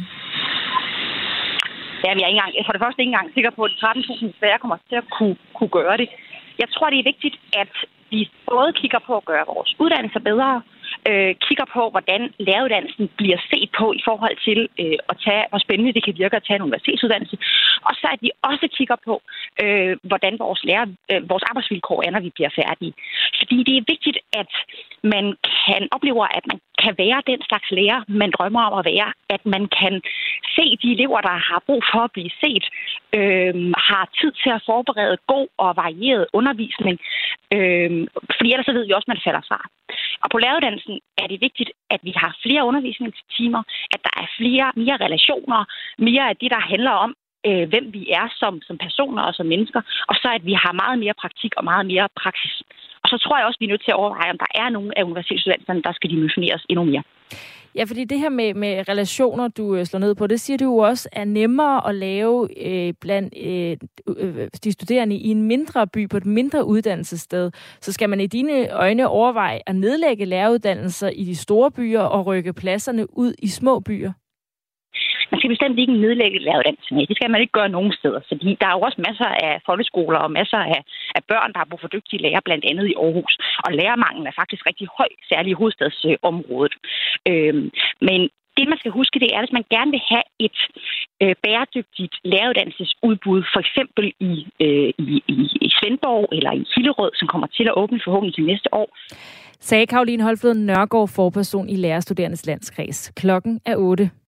Ja, jeg er ikke engang, for det første ikke engang sikker på, at de tretten tusind lærere kommer til at kunne, kunne gøre det. Jeg tror, det er vigtigt, at vi både kigger på at gøre vores uddannelser bedre, øh, kigger på, hvordan læreruddannelsen bliver set på i forhold til øh, at tage, hvor spændende det kan virke at tage en universitetsuddannelse, og så at vi også kigger på, øh, hvordan vores, lærer, øh, vores arbejdsvilkår er, når vi bliver færdige. Fordi det er vigtigt, at man kan opleve, at man kan være den slags lærer, man drømmer om at være, at man kan se de elever, der har brug for at blive set, øh, har tid til at forberede god og varieret undervisning, øh, fordi ellers så ved vi også, at man falder fra. Og på læreruddannelsen er det vigtigt, at vi har flere undervisningstimer, at der er flere, mere relationer, mere af det, der handler om øh, hvem vi er som, som personer og som mennesker, og så at vi har meget mere praktik og meget mere praksis. Og så tror jeg også, vi er nødt til at overveje, om der er nogle af universitetsuddannelserne, der skal dimensioneres endnu mere. Ja, fordi det her med, med relationer, du slår ned på, det siger du jo også er nemmere at lave øh, blandt øh, de studerende i en mindre by på et mindre uddannelsessted. Så skal man i dine øjne overveje at nedlægge læreruddannelser i de store byer og rykke pladserne ud i små byer? Man skal bestemt ikke nedlægge læreruddannelserne. Det skal man ikke gøre nogen steder, fordi der er jo også masser af folkeskoler og masser af, af børn, der har brug for dygtige lærere, blandt andet i Aarhus. Og lærermanglen er faktisk rigtig høj, særligt i hovedstadsområdet. Øhm, men det, man skal huske, det er, at hvis man gerne vil have et øh, bæredygtigt læreruddannelsesudbud, for eksempel i, øh, i, i, i Svendborg eller i Hillerød, som kommer til at åbne forhåbentlig til næste år. Sagde Caroline Holflod Nørgaard, forperson i Lærerstuderendes Landskreds. Klokken er otte.